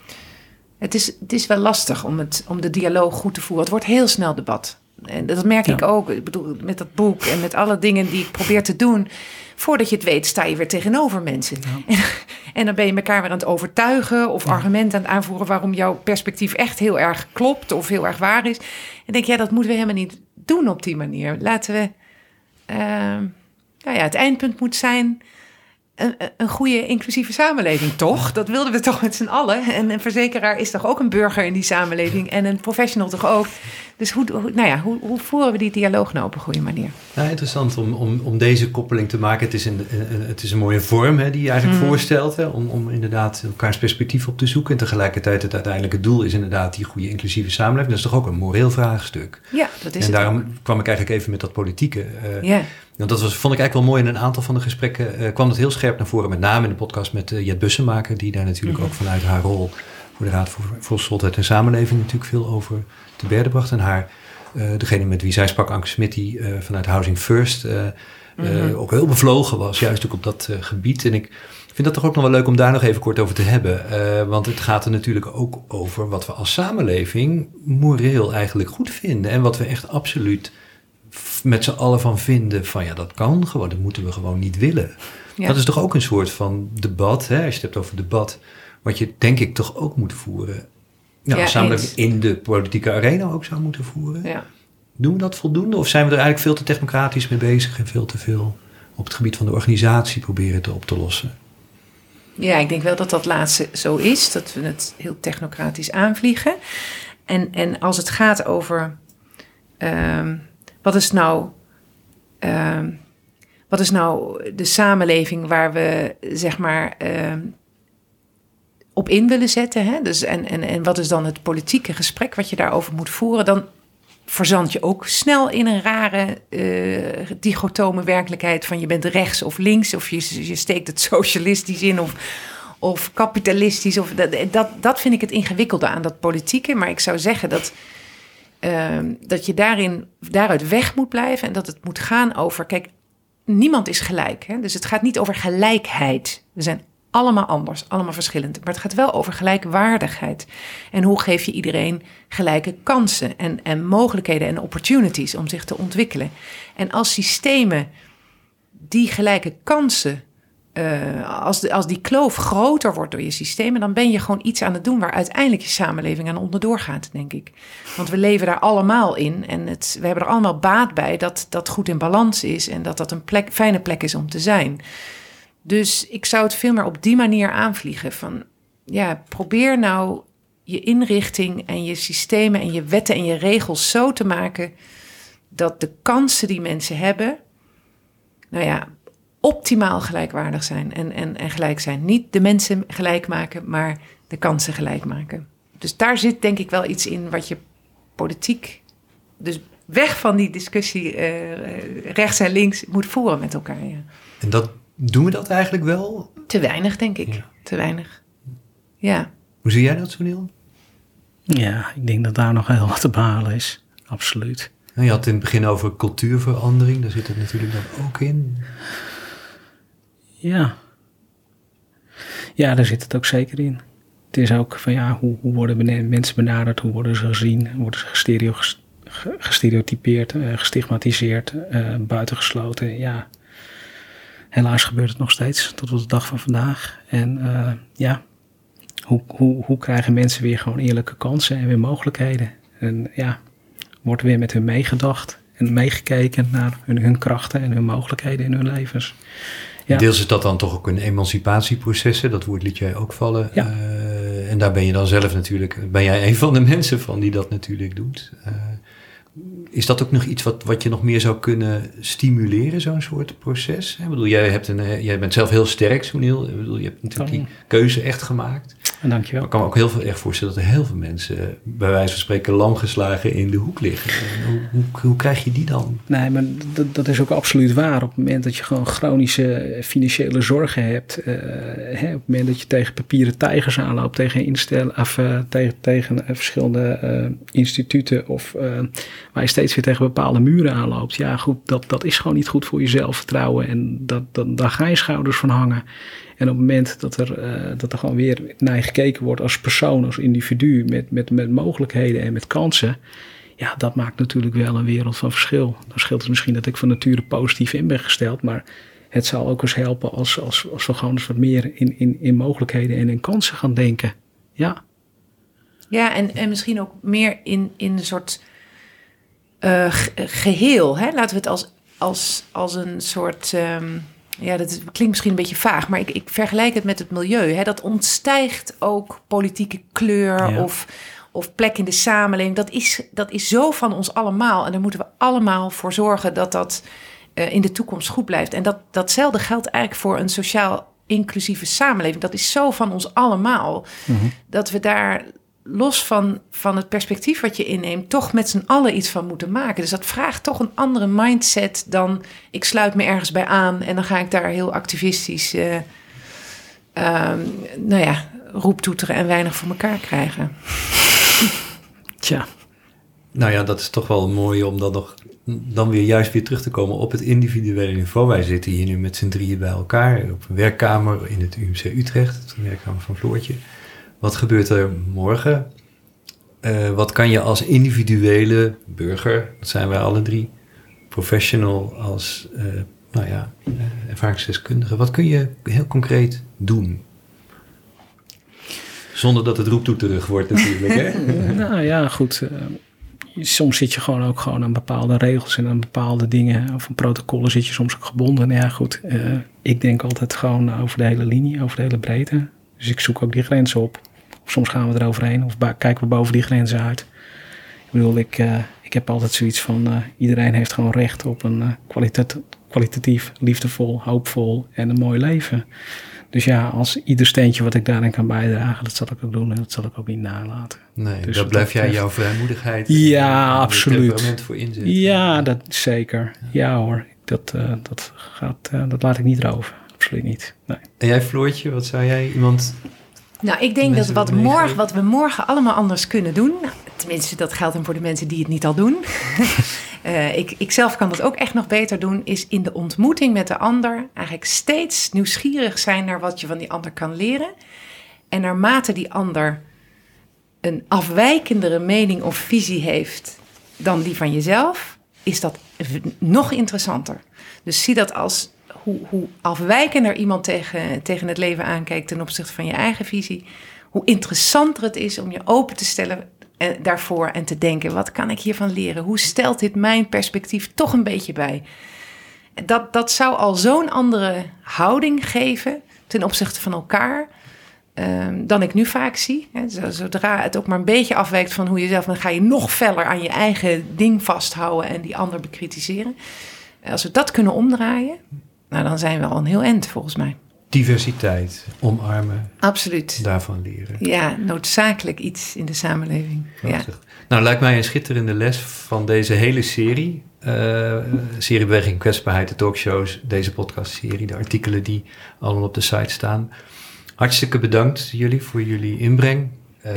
het is, het is wel lastig om, het, om de dialoog goed te voeren. Het wordt heel snel debat. En dat merk ja. ik ook. Ik bedoel, met dat boek en met alle dingen die ik probeer te doen. Voordat je het weet, sta je weer tegenover mensen. Ja. En, en dan ben je elkaar weer aan het overtuigen of ja. argumenten aan het aanvoeren waarom jouw perspectief echt heel erg klopt of heel erg waar is. En denk, ja, dat moeten we helemaal niet doen op die manier. Laten we. Uh, nou ja, het eindpunt moet zijn een, een goede inclusieve samenleving, toch? Dat wilden we toch met z'n allen. En een verzekeraar is toch ook een burger in die samenleving en een professional toch ook. Dus hoe, hoe, nou ja, hoe, hoe voeren we die dialoog nou op een goede manier? Ja, interessant om, om, om deze koppeling te maken. Het is een, een, het is een mooie vorm hè, die je eigenlijk mm. voorstelt. Hè, om, om inderdaad elkaars perspectief op te zoeken. En tegelijkertijd het uiteindelijke doel is inderdaad die goede inclusieve samenleving. Dat is toch ook een moreel vraagstuk. Ja, dat is en het daarom ook. kwam ik eigenlijk even met dat politieke. Uh, yeah. Want dat was, vond ik eigenlijk wel mooi. In een aantal van de gesprekken uh, kwam dat heel scherp naar voren. Met name in de podcast met uh, Jet Bussemaker. Die daar natuurlijk mm-hmm. ook vanuit haar rol voor de Raad voor Volksgezondheid en Samenleving natuurlijk veel over te berden bracht. En haar, uh, degene met wie zij sprak, Anke Smit, die uh, vanuit Housing First uh, mm-hmm. uh, ook heel bevlogen was. Juist ook op dat uh, gebied. En ik vind dat toch ook nog wel leuk om daar nog even kort over te hebben. Uh, want het gaat er natuurlijk ook over wat we als samenleving moreel eigenlijk goed vinden. En wat we echt absoluut met z'n allen van vinden van ja, dat kan gewoon, dat moeten we gewoon niet willen. Ja. Dat is toch ook een soort van debat, hè? Als je het hebt over debat, wat je denk ik toch ook moet voeren. Nou, ja, samenleving in de politieke arena ook zou moeten voeren. Ja. Doen we dat voldoende? Of zijn we er eigenlijk veel te technocratisch mee bezig en veel te veel op het gebied van de organisatie proberen te op te lossen? Ja, ik denk wel dat dat laatste zo is, dat we het heel technocratisch aanvliegen. En, en als het gaat over Um, Wat is nou, uh, wat is nou de samenleving waar we zeg maar uh, op in willen zetten? Hè? Dus en, en, en wat is dan het politieke gesprek wat je daarover moet voeren? Dan verzand je ook snel in een rare uh, dichotome werkelijkheid van je bent rechts of links of je, je steekt het socialistisch in of, of kapitalistisch. Of, dat, dat, dat vind ik het ingewikkelde aan dat politieke. Maar ik zou zeggen dat Uh, dat je daarin, daaruit weg moet blijven en dat het moet gaan over, kijk, niemand is gelijk. Hè? Dus het gaat niet over gelijkheid. We zijn allemaal anders, allemaal verschillend. Maar het gaat wel over gelijkwaardigheid. En hoe geef je iedereen gelijke kansen en, en mogelijkheden en opportunities om zich te ontwikkelen. En als systemen die gelijke kansen, Uh, als, de, als die kloof groter wordt door je systemen, dan ben je gewoon iets aan het doen waar uiteindelijk je samenleving aan onderdoor gaat, denk ik. Want we leven daar allemaal in en het, we hebben er allemaal baat bij dat dat goed in balans is en dat dat een plek, fijne plek is om te zijn. Dus ik zou het veel meer op die manier aanvliegen van, ja, probeer nou je inrichting en je systemen en je wetten en je regels zo te maken dat de kansen die mensen hebben, nou ja, optimaal gelijkwaardig zijn en, en, en gelijk zijn. Niet de mensen gelijk maken, maar de kansen gelijk maken. Dus daar zit denk ik wel iets in wat je politiek, dus weg van die discussie uh, rechts en links moet voeren met elkaar. Ja. En dat, doen we dat eigenlijk wel? Te weinig, denk ik. Ja. Te weinig. Ja. Hoe zie jij dat, Sunil? Ja, ik denk dat daar nog heel wat te behalen is. Absoluut. En je had het in het begin over cultuurverandering. Daar zit het natuurlijk dan ook in. Ja. Ja, daar zit het ook zeker in. Het is ook van ja, hoe, hoe worden mensen benaderd? Hoe worden ze gezien? Worden ze gestereo, gestereotypeerd, uh, gestigmatiseerd, uh, buitengesloten? Ja. Helaas gebeurt het nog steeds tot op de dag van vandaag. En uh, ja, hoe, hoe, hoe krijgen mensen weer gewoon eerlijke kansen en weer mogelijkheden? En ja, wordt weer met hun meegedacht en meegekeken naar hun, hun krachten en hun mogelijkheden in hun levens. Ja. Deels is dat dan toch ook een emancipatieproces. Dat woord liet jij ook vallen. Ja. Uh, en daar ben je dan zelf natuurlijk... Ben jij een van de mensen van die dat natuurlijk doet. Uh, is dat ook nog iets wat, wat je nog meer zou kunnen stimuleren, zo'n soort proces? Ik bedoel, jij, hebt een, jij bent zelf heel sterk, Soeniel. Ik bedoel, je hebt natuurlijk die keuze echt gemaakt. Dankjewel. Maar ik kan me ook heel veel echt voorstellen dat er heel veel mensen... bij wijze van spreken lam geslagen in de hoek liggen. Hoe, hoe, hoe krijg je die dan? Nee, maar dat, dat is ook absoluut waar. Op het moment dat je gewoon chronische financiële zorgen hebt... Uh, hè, op het moment dat je tegen papieren tijgers aanloopt... tegen, instel, of, uh, tegen, tegen uh, verschillende uh, instituten... of uh, waar je steeds weer tegen bepaalde muren aanloopt... ja goed, dat, dat is gewoon niet goed voor je zelfvertrouwen... en dat, dat, daar ga je schouders van hangen... En op het moment dat er, uh, dat er gewoon weer naar je gekeken wordt als persoon, als individu, met, met, met mogelijkheden en met kansen, ja, dat maakt natuurlijk wel een wereld van verschil. Dan scheelt het misschien dat ik van nature positief in ben gesteld, maar het zou ook eens helpen als, als, als we gewoon eens wat meer in, in, in mogelijkheden en in kansen gaan denken. Ja. Ja, en, en misschien ook meer in, in een soort uh, geheel. Hè? Laten we het als, als, als een soort... Um... Ja, dat klinkt misschien een beetje vaag, maar ik, ik vergelijk het met het milieu. Hè. Dat ontstijgt ook politieke kleur ja. of, of plek in de samenleving. Dat is, dat is zo van ons allemaal. En daar moeten we allemaal voor zorgen dat dat uh, in de toekomst goed blijft. En dat, datzelfde geldt eigenlijk voor een sociaal inclusieve samenleving. Dat is zo van ons allemaal. Mm-hmm. Dat we daar... los van, van het perspectief wat je inneemt... toch met z'n allen iets van moeten maken. Dus dat vraagt toch een andere mindset dan... ik sluit me ergens bij aan... en dan ga ik daar heel activistisch... Uh, uh, nou ja, roeptoeteren en weinig voor elkaar krijgen. Tja. Nou ja, dat is toch wel mooi om dan nog... dan weer juist weer terug te komen op het individuele niveau. Wij zitten hier nu met z'n drieën bij elkaar... op een werkkamer in het U M C Utrecht... de werkkamer van Floortje... Wat gebeurt er morgen? Uh, wat kan je als individuele burger, dat zijn wij alle drie, professional, als uh, nou ja, uh, ervaringsdeskundige, wat kun je heel concreet doen? Zonder dat het roeptoeterig wordt natuurlijk. Hè? Nou ja, goed. Uh, soms zit je gewoon ook gewoon aan bepaalde regels en aan bepaalde dingen of aan protocollen zit je soms ook gebonden. Nou ja, goed. Uh, ik denk altijd gewoon over de hele linie, over de hele breedte. Dus ik zoek ook die grenzen op. Soms gaan we eroverheen of ba- kijken we boven die grenzen uit. Ik bedoel, ik, uh, ik heb altijd zoiets van... Uh, iedereen heeft gewoon recht op een uh, kwalitat- kwalitatief, liefdevol, hoopvol en een mooi leven. Dus ja, als ieder steentje wat ik daarin kan bijdragen... dat zal ik ook doen en dat zal ik ook niet nalaten. Nee, dus dat blijft jij echt... jouw vrijmoedigheid... Ja, en absoluut. temperament voor inzetten. Ja, dat zeker. Ja, ja hoor, dat, uh, dat, gaat, uh, dat laat ik niet roven. Absoluut niet, nee. En jij, Floortje, wat zou jij iemand... Nou, ik denk dat wat, morgen, wat we morgen allemaal anders kunnen doen... tenminste, dat geldt dan voor de mensen die het niet al doen... uh, ik, ik zelf kan dat ook echt nog beter doen... is in de ontmoeting met de ander... eigenlijk steeds nieuwsgierig zijn naar wat je van die ander kan leren... en naarmate die ander een afwijkendere mening of visie heeft... dan die van jezelf, is dat nog interessanter. Dus zie dat als... Hoe, hoe afwijkender iemand tegen, tegen het leven aankijkt ten opzichte van je eigen visie, hoe interessanter het is om je open te stellen en, daarvoor en te denken, wat kan ik hiervan leren? Hoe stelt dit mijn perspectief toch een beetje bij? Dat, dat zou al zo'n andere houding geven ten opzichte van elkaar um, dan ik nu vaak zie. Zodra het ook maar een beetje afwijkt van hoe je zelf, dan ga je nog feller aan je eigen ding vasthouden en die ander bekritiseren. Als we dat kunnen omdraaien, nou, dan zijn we al een heel eind, volgens mij. Diversiteit, omarmen. Absoluut. Daarvan leren. Ja, noodzakelijk iets in de samenleving. Ja. Nou, lijkt mij een schitterende les van deze hele serie. Uh, serie Beweging Kwetsbaarheid, de talkshows, deze podcastserie, de artikelen die allemaal op de site staan. Hartstikke bedankt jullie voor jullie inbreng. Uh,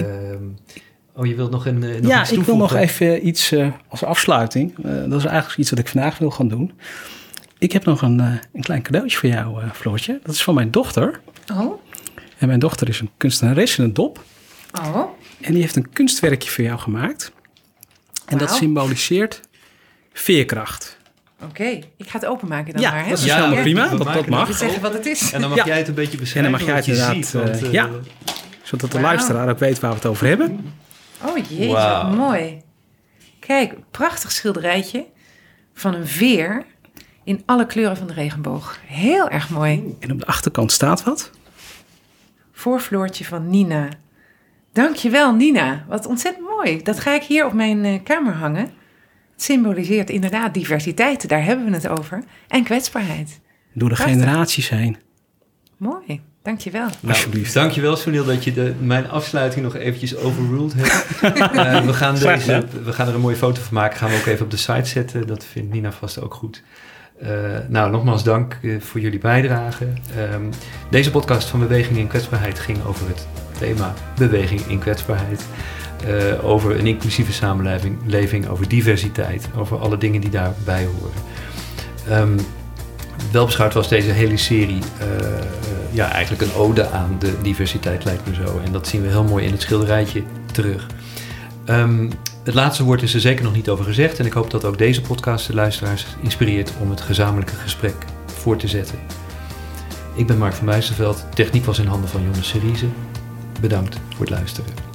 oh, je wilt nog een nog Ja, iets ik toevoegen? wil nog even iets uh, als afsluiting. Uh, dat is eigenlijk iets wat ik vandaag wil gaan doen. Ik heb nog een, uh, een klein cadeautje voor jou, uh, Floortje. Dat is van mijn dochter. Oh. En mijn dochter is een kunstenares in een dop. Oh. En die heeft een kunstwerkje voor jou gemaakt. En Wauw. dat symboliseert veerkracht. Oké, okay. Ik ga het openmaken dan ja, maar. Hè? dat is ja, helemaal ja, prima. we Dat, dat maken mag. Je zeggen wat het is. En dan mag Ja. jij het een beetje En beschrijven dan mag jij het wat je inderdaad, ziet. Want, uh, uh, ja, zodat de Wauw. luisteraar ook weet waar we het over hebben. Oh jee, Wauw. wat mooi. Kijk, prachtig schilderijtje van een veer in alle kleuren van de regenboog. Heel erg mooi. En op de achterkant staat wat? Voorvloertje van Nina. Dankjewel, Nina. Wat ontzettend mooi. Dat ga ik hier op mijn uh, kamer hangen. Het symboliseert inderdaad diversiteit, daar hebben we het over. En kwetsbaarheid. Door de Prachtig. generaties heen. Mooi, dankjewel. Nou, Alsjeblieft. dankjewel, Sunil, dat je de, mijn afsluiting nog eventjes overruled hebt. uh, we, gaan deze, we gaan er een mooie foto van maken. Gaan we ook even op de site zetten. Dat vindt Nina vast ook goed. Uh, nou, nogmaals dank uh, voor jullie bijdrage. Um, deze podcast van Beweging in Kwetsbaarheid ging over het thema Beweging in Kwetsbaarheid. Uh, over een inclusieve samenleving, leving, over diversiteit, over alle dingen die daarbij horen. Um, wel beschouwd was deze hele serie uh, uh, ja, eigenlijk een ode aan de diversiteit, lijkt me zo. En dat zien we heel mooi in het schilderijtje terug. Um, het laatste woord is er zeker nog niet over gezegd. En ik hoop dat ook deze podcast de luisteraars inspireert om het gezamenlijke gesprek voor te zetten. Ik ben Mark van Bijsterveld. Techniek was in handen van Jonas Serize. Bedankt voor het luisteren.